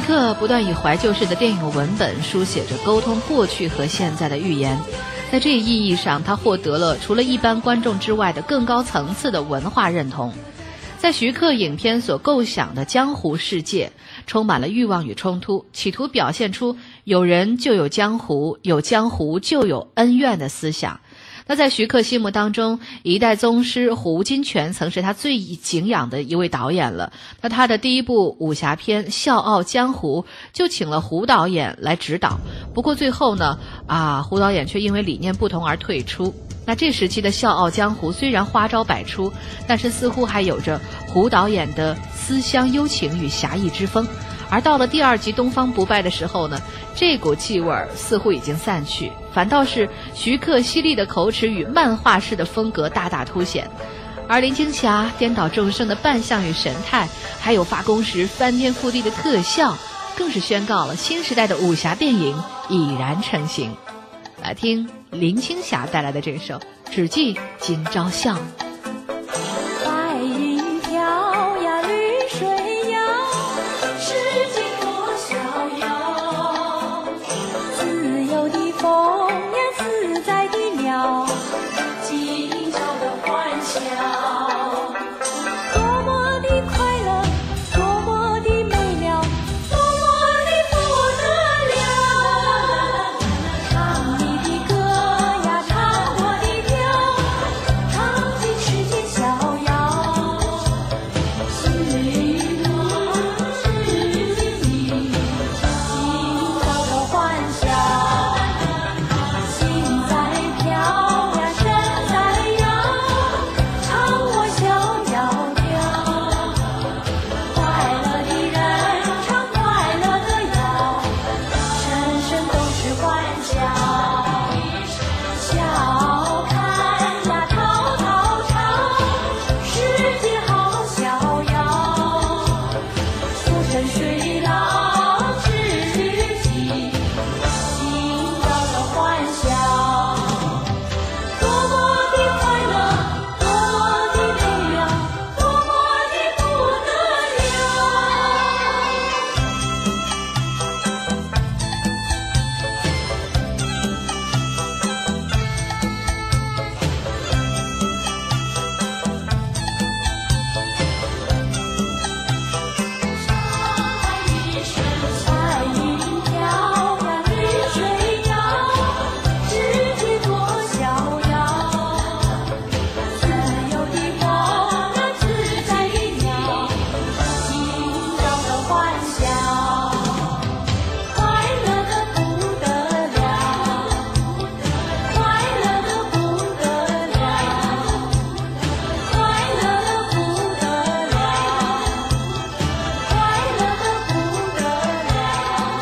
克不断以怀旧式的电影文本书写着沟通过去和现在的寓言，在这一意义上，他获得了除了一般观众之外的更高层次的文化认同。在徐克影片所构想的江湖世界，充满了欲望与冲突，企图表现出有人就有江湖，有江湖就有恩怨的思想。那在徐克心目当中，一代宗师胡金铨曾是他最敬仰的一位导演了。那他的第一部武侠片《笑傲江湖》就请了胡导演来指导，不过最后呢，胡导演却因为理念不同而退出。那这时期的《笑傲江湖》虽然花招百出，但是似乎还有着胡导演的思乡幽情与侠义之风。而到了第二集《东方不败》的时候呢，这股气味似乎已经散去，反倒是徐克犀利的口齿与漫画式的风格大大凸显。而林青霞颠倒众生的扮相与神态，还有发功时翻天覆地的特效，更是宣告了新时代的武侠电影已然成型。来听林青霞带来的这首《只记今朝笑》。 白云飘呀绿水摇，世界多逍遥，自由的风呀自在的鸟，今朝的欢笑，多么的快乐，多么的美妙，多么的不得了。唱你的歌呀，唱我的调，唱尽世间逍遥。是我是今朝的欢笑，心在飘呀，身在摇，唱我逍遥调。快乐的人唱快乐的谣，声声都是欢笑。笑看呀滔滔长，世界好逍遥。浮沉水浪知己，今朝的欢笑。多么的快乐，多么的美妙，多么的不得了。彩云飘呀绿水摇，世界多逍遥。自由的风呀自在的鸟，今朝的欢笑，快乐的不得了，快乐的不得了，快乐的不得了，快乐的不得了。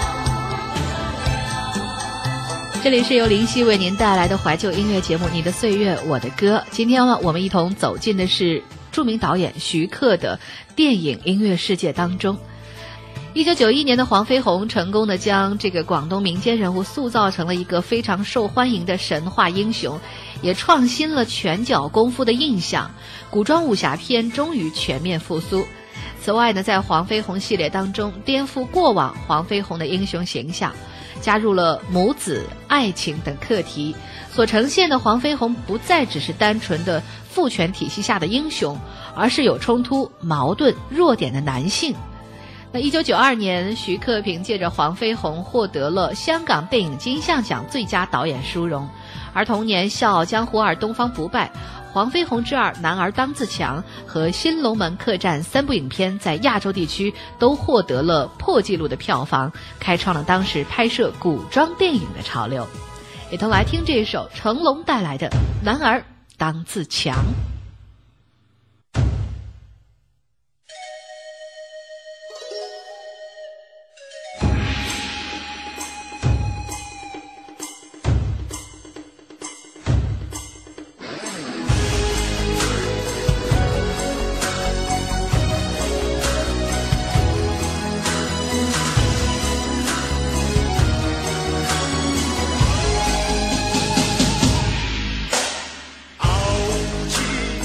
这里是由林夕为您带来的怀旧音乐节目《你的岁月我的歌》。今天呢，我们一同走进的是著名导演徐克的电影音乐世界当中。1991年的黄飞鸿成功的将这个广东民间人物塑造成了一个非常受欢迎的神话英雄，也创新了拳脚功夫的印象，古装武侠片终于全面复苏。此外呢，在黄飞鸿系列当中颠覆过往黄飞鸿的英雄形象，加入了母子、爱情等课题，所呈现的黄飞鸿不再只是单纯的父权体系下的英雄，而是有冲突、矛盾、弱点的男性。那1992年，徐克凭借着黄飞鸿获得了香港电影金像奖最佳导演殊荣，而同年《笑傲江湖2》《东方不败》、《黄飞鸿之2》《男儿当自强》和《新龙门客栈》3部影片在亚洲地区都获得了破纪录的票房，开创了当时拍摄古装电影的潮流。一同来听这首成龙带来的《男儿当自强》。 傲气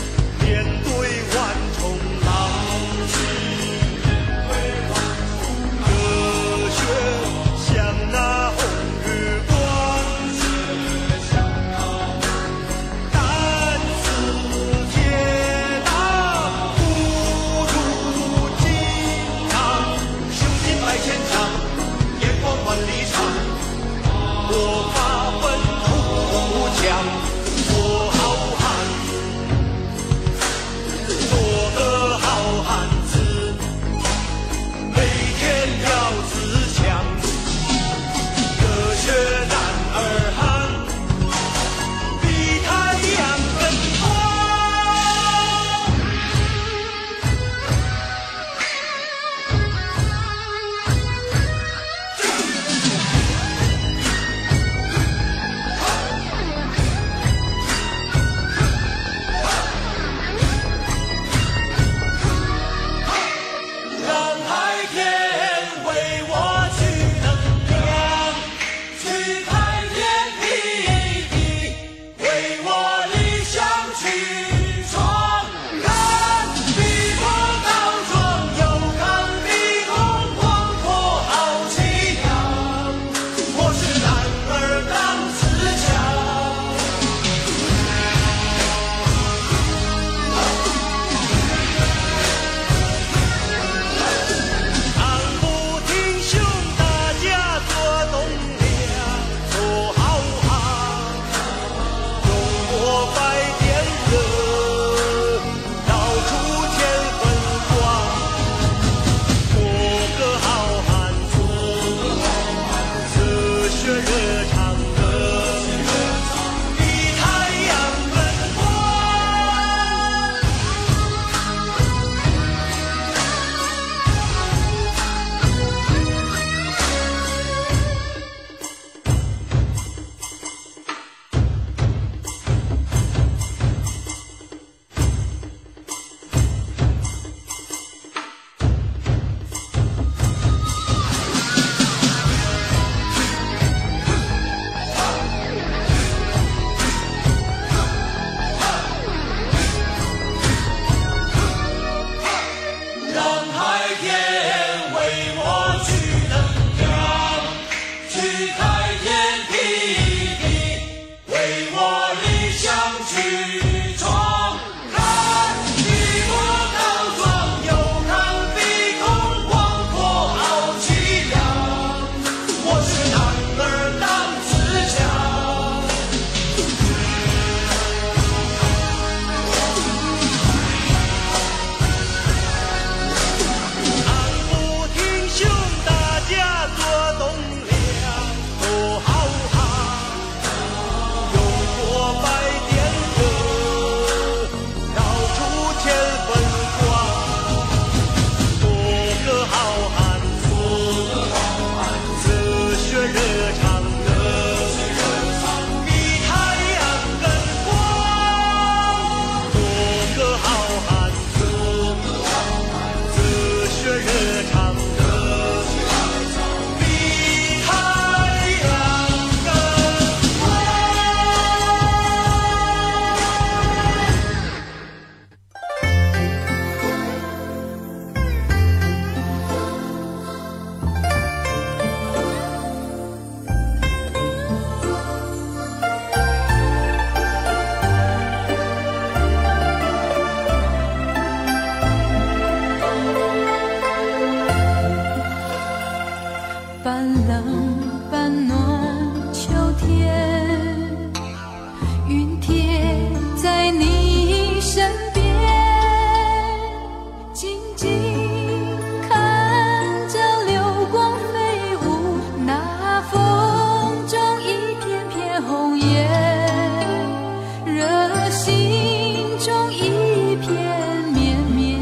心中一片绵绵，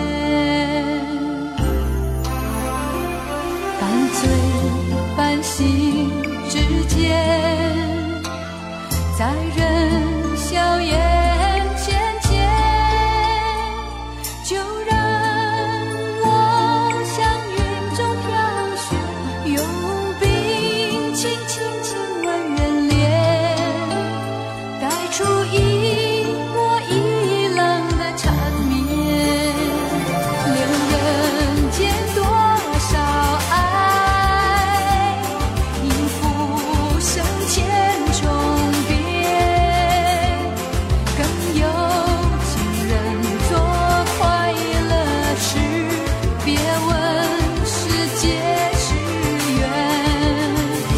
半醉半醒之间，在人笑颜浅浅，就让我像云中飘雪，用冰轻轻亲吻人脸，带出一波一浪的缠绵，留人间多少爱，应付生千重变，更有情人做快乐事，别问世界是缘。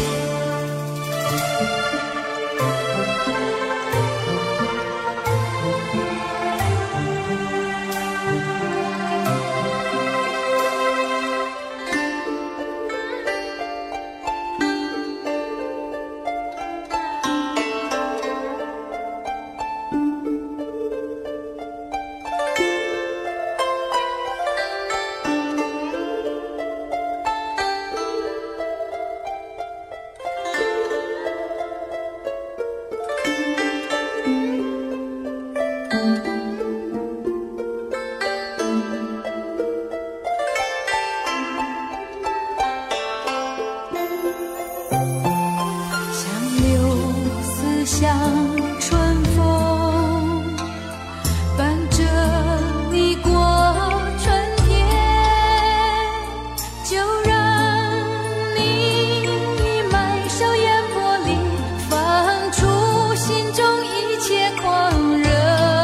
像柳丝像春风，伴着你过春天，就让你埋首烟波里，放出心中一切狂热，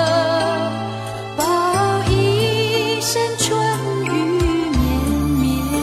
报一生春雨绵绵。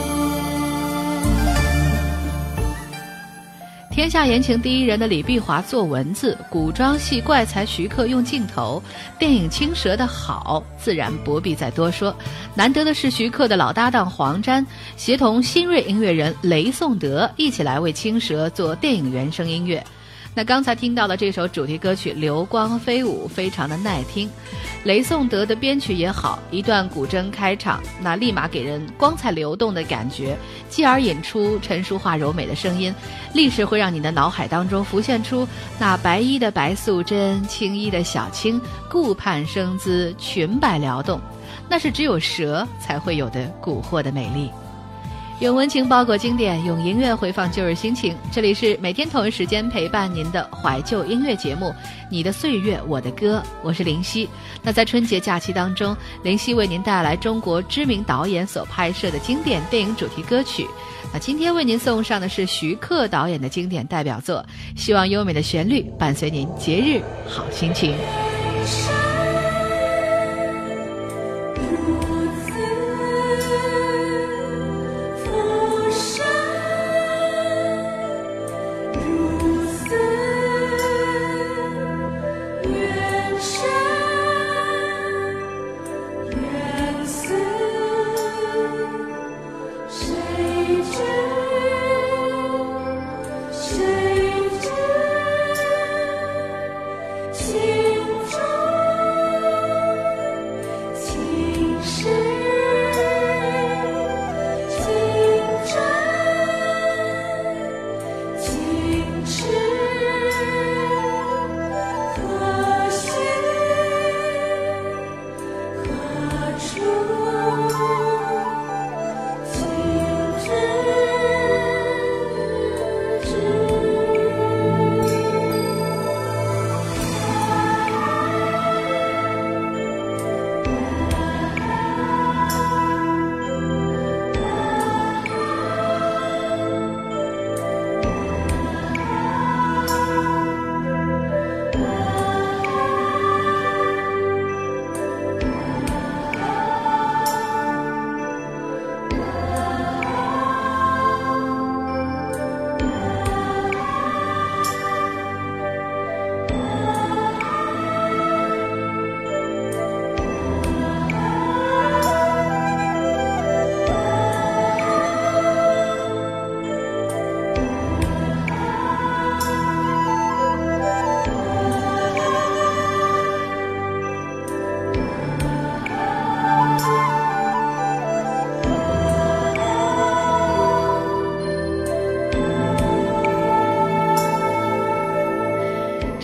天下言情第一人的李碧华做文字，古装戏怪才徐克用镜头，电影《青蛇》的好自然不必再多说。难得的是徐克的老搭档黄沾协同新锐音乐人雷颂德一起来为《青蛇》做电影原声音乐。那刚才听到的这首主题歌曲《流光飞舞》非常的耐听，雷颂德的编曲也好，一段古筝开场，那立马给人光彩流动的感觉，继而引出陈淑桦柔美的声音，立时会让你的脑海当中浮现出那白衣的白素贞，青衣的小青，顾盼生姿，裙摆撩动，那是只有蛇才会有的蛊惑的美丽。用温情包裹经典，用音乐回放旧日心情。这里是每天同一时间陪伴您的怀旧音乐节目《你的岁月我的歌》，我是林夕。那在春节假期当中，林夕为您带来中国知名导演所拍摄的经典电影主题歌曲。那今天为您送上的是徐克导演的经典代表作，希望优美的旋律伴随您节日好心情。 谁知情中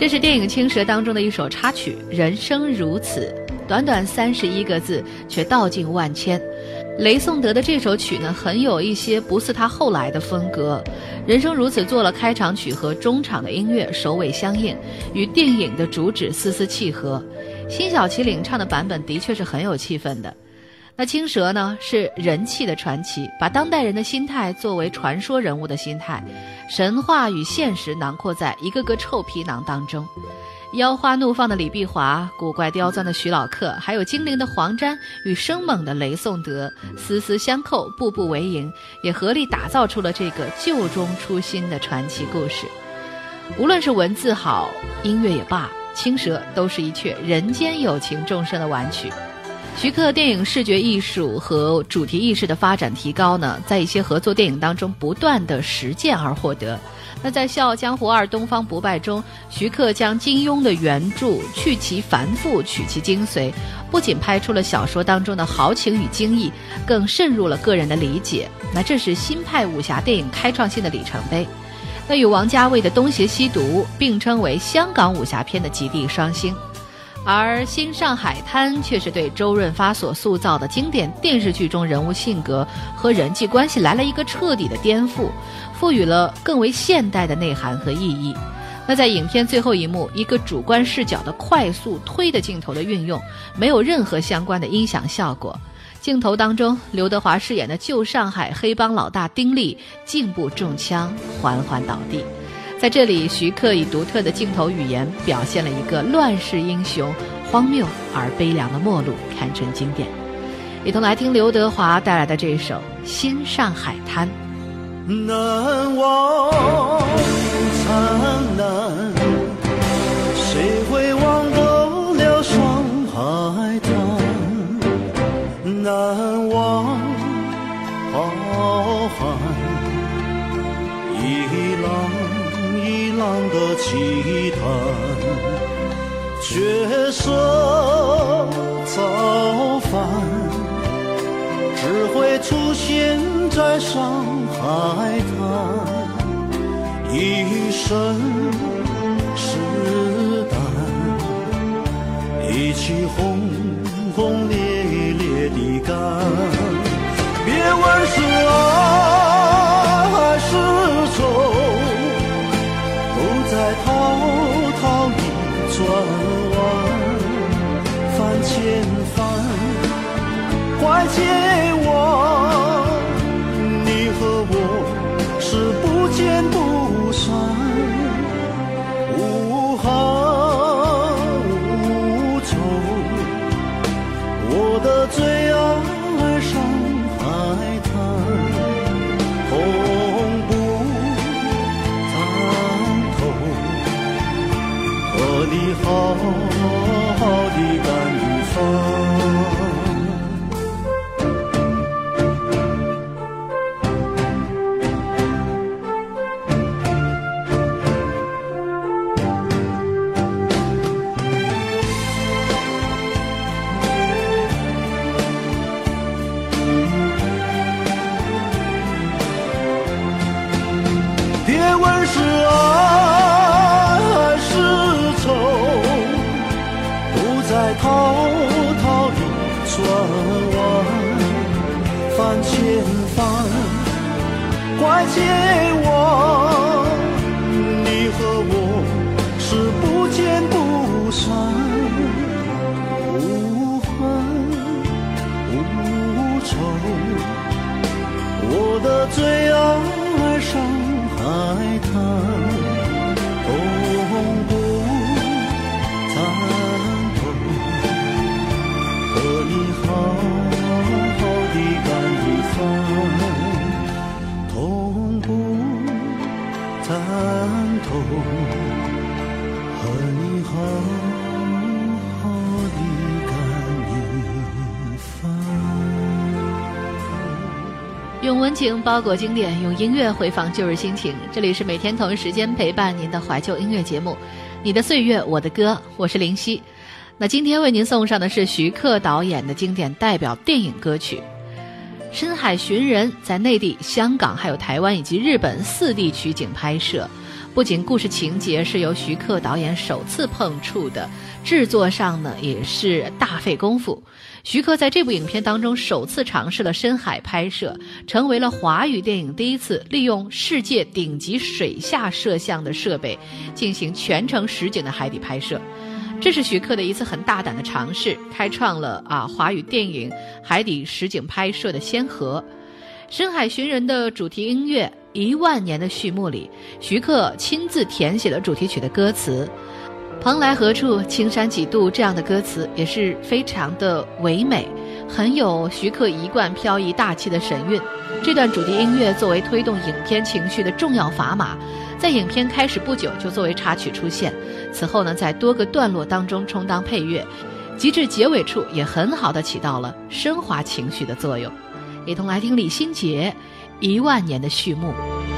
这是电影《青蛇》当中的一首插曲《人生如此》，短短31个字，却道尽万千。雷颂德的这首曲呢，很有一些不似他后来的风格。人生如此做了开场曲和中场的音乐，首尾相应，与电影的主旨丝丝契合。辛晓琪领唱的版本的确是很有气氛的。那青蛇呢，是人气的传奇，把当代人的心态作为传说人物的心态，神话与现实囊括在一个个臭皮囊当中。妖花怒放的李碧华，古怪刁钻的徐老客，还有精灵的黄沾与生猛的雷颂德，丝丝相扣，步步为营，也合力打造出了这个旧中出新的传奇故事。无论是文字好，音乐也罢，青蛇都是一阙人间有情众生的婉曲。徐克电影视觉艺术和主题意识的发展提高呢，在一些合作电影当中不断的实践而获得。那在《笑傲江湖2：东方不败》中，徐克将金庸的原著去其繁复，取其精髓，不仅拍出了小说当中的豪情与精义，更渗入了个人的理解。那这是新派武侠电影开创性的里程碑。那与王家卫的《东邪西毒》并称为香港武侠片的极地双星。而《新上海滩》却是对周润发所塑造的经典电视剧中人物性格和人际关系来了一个彻底的颠覆，赋予了更为现代的内涵和意义。那在影片最后一幕，一个主观视角的快速推的镜头的运用，没有任何相关的音响效果。镜头当中，刘德华饰演的旧上海黑帮老大丁力颈部中枪，缓缓倒地。在这里，徐克以独特的镜头语言表现了一个乱世英雄荒谬而悲凉的末路，堪称经典。一同来听刘德华带来的这首《新上海滩》。 难忘苍南，谁会忘得了上海滩？难忘浩瀚，一浪一浪的奇谈，角色造反，只会出现在上海滩，一身是胆，一起轰轰烈烈地干。别问是爱还是愁，都在滔滔里转弯，翻千帆，怪皆忘，你和我是不见不散，无憾无愁，我的最爱上海滩，痛不参透，和你好好地干一番。滔滔里转弯，翻千帆，怪皆忘，你和我是不见不散，无恨无愁，我的最爱上海滩，痛不和你好好地干一番，痛不参透，和你好好地干一番。 用温情包裹经典，用音乐回放旧日心情。这里是每天同一时间陪伴您的怀旧音乐节目，你的岁月我的歌，我是林夕。那今天为您送上的是徐克导演的经典代表电影歌曲《深海寻人》，在内地、香港还有台湾以及日本4地取景拍摄， 不仅故事情节是由徐克导演首次碰触的，制作上呢也是大费功夫。徐克在这部影片当中首次尝试了深海拍摄，成为了华语电影第一次利用世界顶级水下摄像的设备进行全程实景的海底拍摄。这是徐克的一次很大胆的尝试，开创了华语电影海底实景拍摄的先河。深海寻人的主题音乐1万年的序幕里，徐克亲自填写了主题曲的歌词，蓬莱何处，青山几度，这样的歌词也是非常的唯美，很有徐克一贯飘逸大气的神韵。这段主题音乐作为推动影片情绪的重要砝码，在影片开始不久就作为插曲出现，此后呢在多个段落当中充当配乐，及至结尾处也很好的起到了升华情绪的作用。一同来听李心洁1万年的序幕。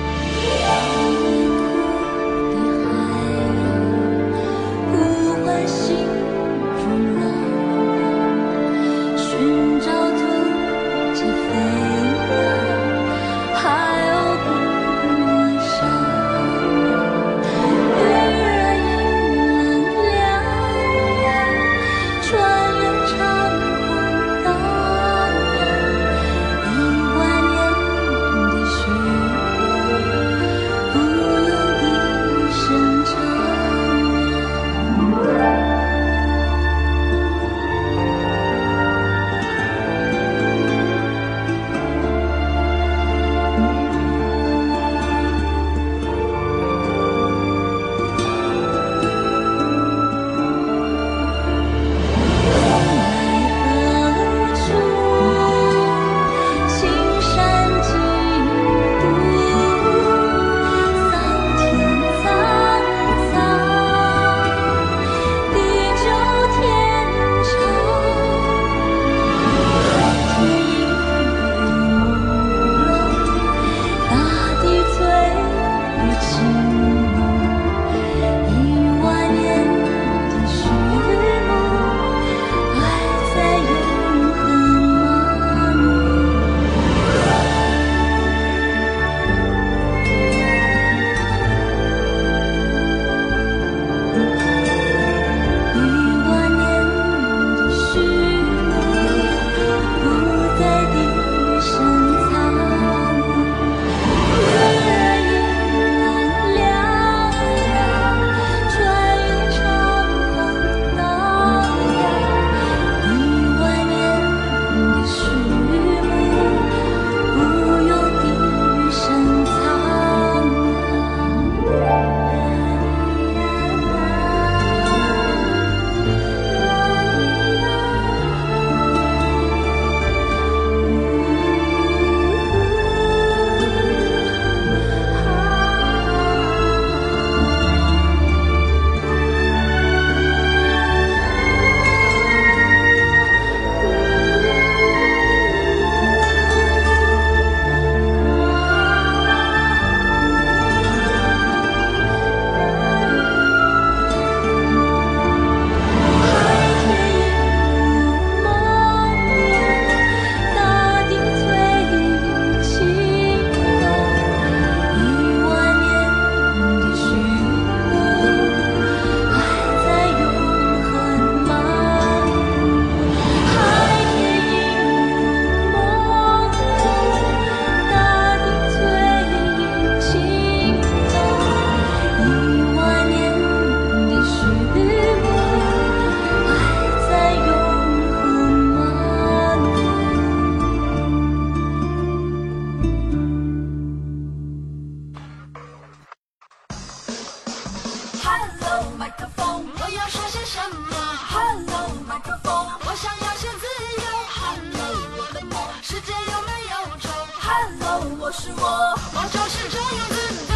我是我就是这样子的，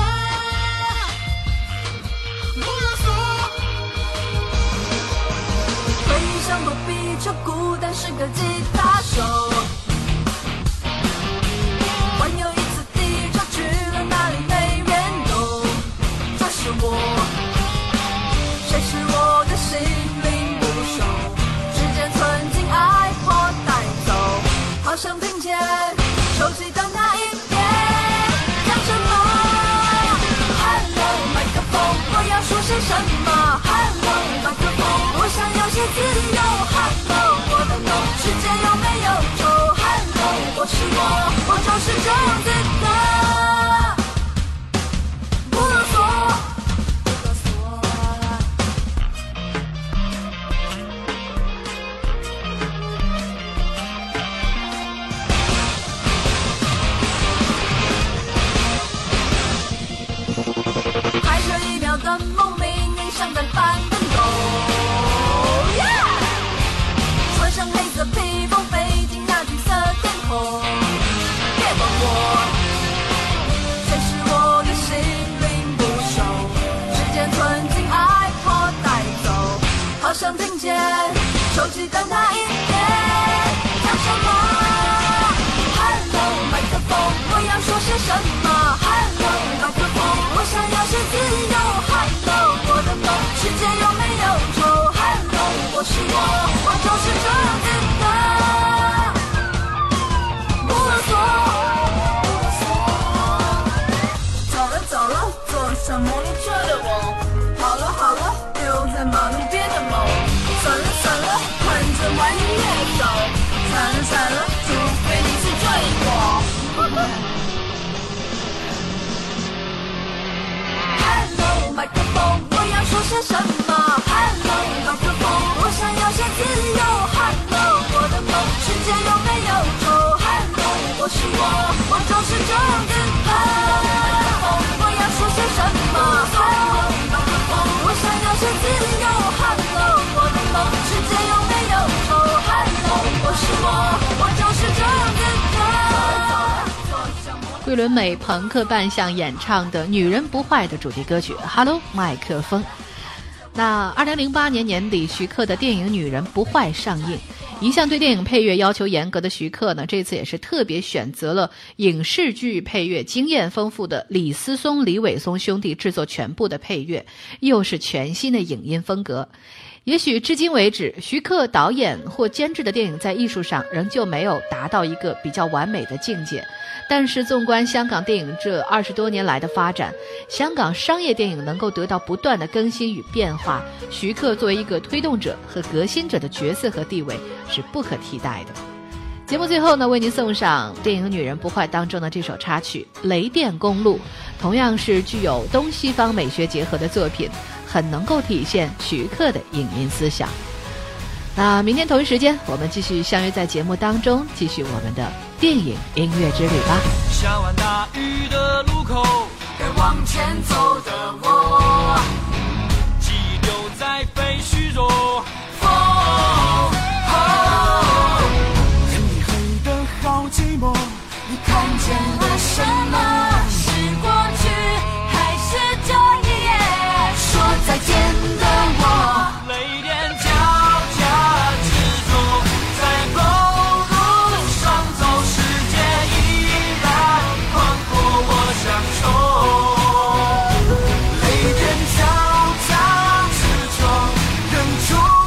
不啰嗦。回想躲避着孤单是个吉他手，环游一次地球去了哪里没人懂，这是我，谁是我的心灵捕手，指尖寸进爱或带走，好想听见熟悉的那一天，讲什么 Hello my God 就是这样子的，不啰嗦。还剩1秒的梦，命运像在翻跟斗。穿上黑色披风，飞进那橘色天空。别管我，谁是我的心灵捕手，时间存进爱或带走。好想听见手机的那一天，讲什么 ？Hello 麦克风，我要说些什么 ？Hello 麦克风，我想要些自由。Hello 我的梦，世界有没有愁 ？Hello 我是我就是这样子的，不啰嗦。走了，坐上摩托车的我，好了，又在马路边的梦。算了，看着玩音乐走。惨了，除非你是追我。Hello 麦克风，我要说些什么 ？Hello 麦克风，我想要些自由。Hello 我的梦，世界有没有愁 ？Hello 我是我就是这样子。Hello 麦克风，我要说些什么 ？Hello 麦克风，我想要些自由。Hello 我的梦，世界有没有愁 ？Hello 我是我就是这样子的。 桂纶镁朋克扮相演唱的《女人不坏》的主题歌曲 Hello 麦克风。那2008年年底，徐克的电影《女人不坏》上映。一向对电影配乐要求严格的徐克呢，这次也是特别选择了影视剧配乐经验丰富的李思松、李伟松兄弟制作全部的配乐，又是全新的影音风格。也许至今为止，徐克导演或监制的电影在艺术上仍旧没有达到一个比较完美的境界，但是纵观香港电影这20多年来的发展，香港商业电影能够得到不断的更新与变化，徐克作为一个推动者和革新者的角色和地位是不可替代的。节目最后呢，为您送上电影《女人不坏》当中的这首插曲《雷电公路》，同样是具有东西方美学结合的作品，很能够体现徐克的影音思想。那明天同一时间，我们继续相约在节目当中，继续我们的电影音乐之旅吧。 下完大雨的路口，该往前走的我，记忆留在废墟中。黑的好寂寞，你看见了什么？是过去还是这一夜？说再见的我，泪点交加之中，在公路上走，世界依然宽阔，我想冲。泪点交加之中，忍住。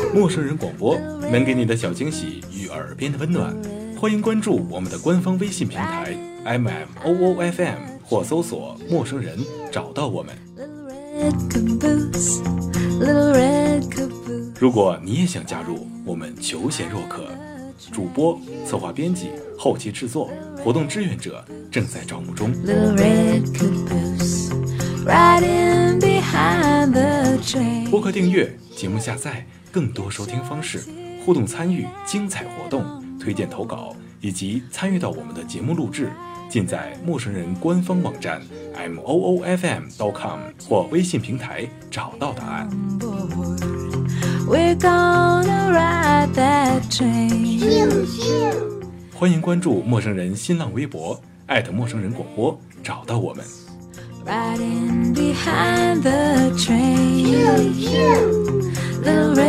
陌生人广播能给你的小惊喜与耳边的温暖，欢迎关注我们的官方微信平台 MMOOFM 或搜索陌生人找到我们。如果你也想加入，我们求贤若渴，主播、策划编辑、后期制作、活动志愿者正在招募中。播客订阅、节目下载、更多收听方式、互动参与、精彩活动、推荐投稿以及参与到我们的节目录制，尽在陌生人官方网站 moofm.com 或微信平台找到答案。欢迎关注陌生人新浪微博陌生人广播，找到我们。 Riding behind the train, little red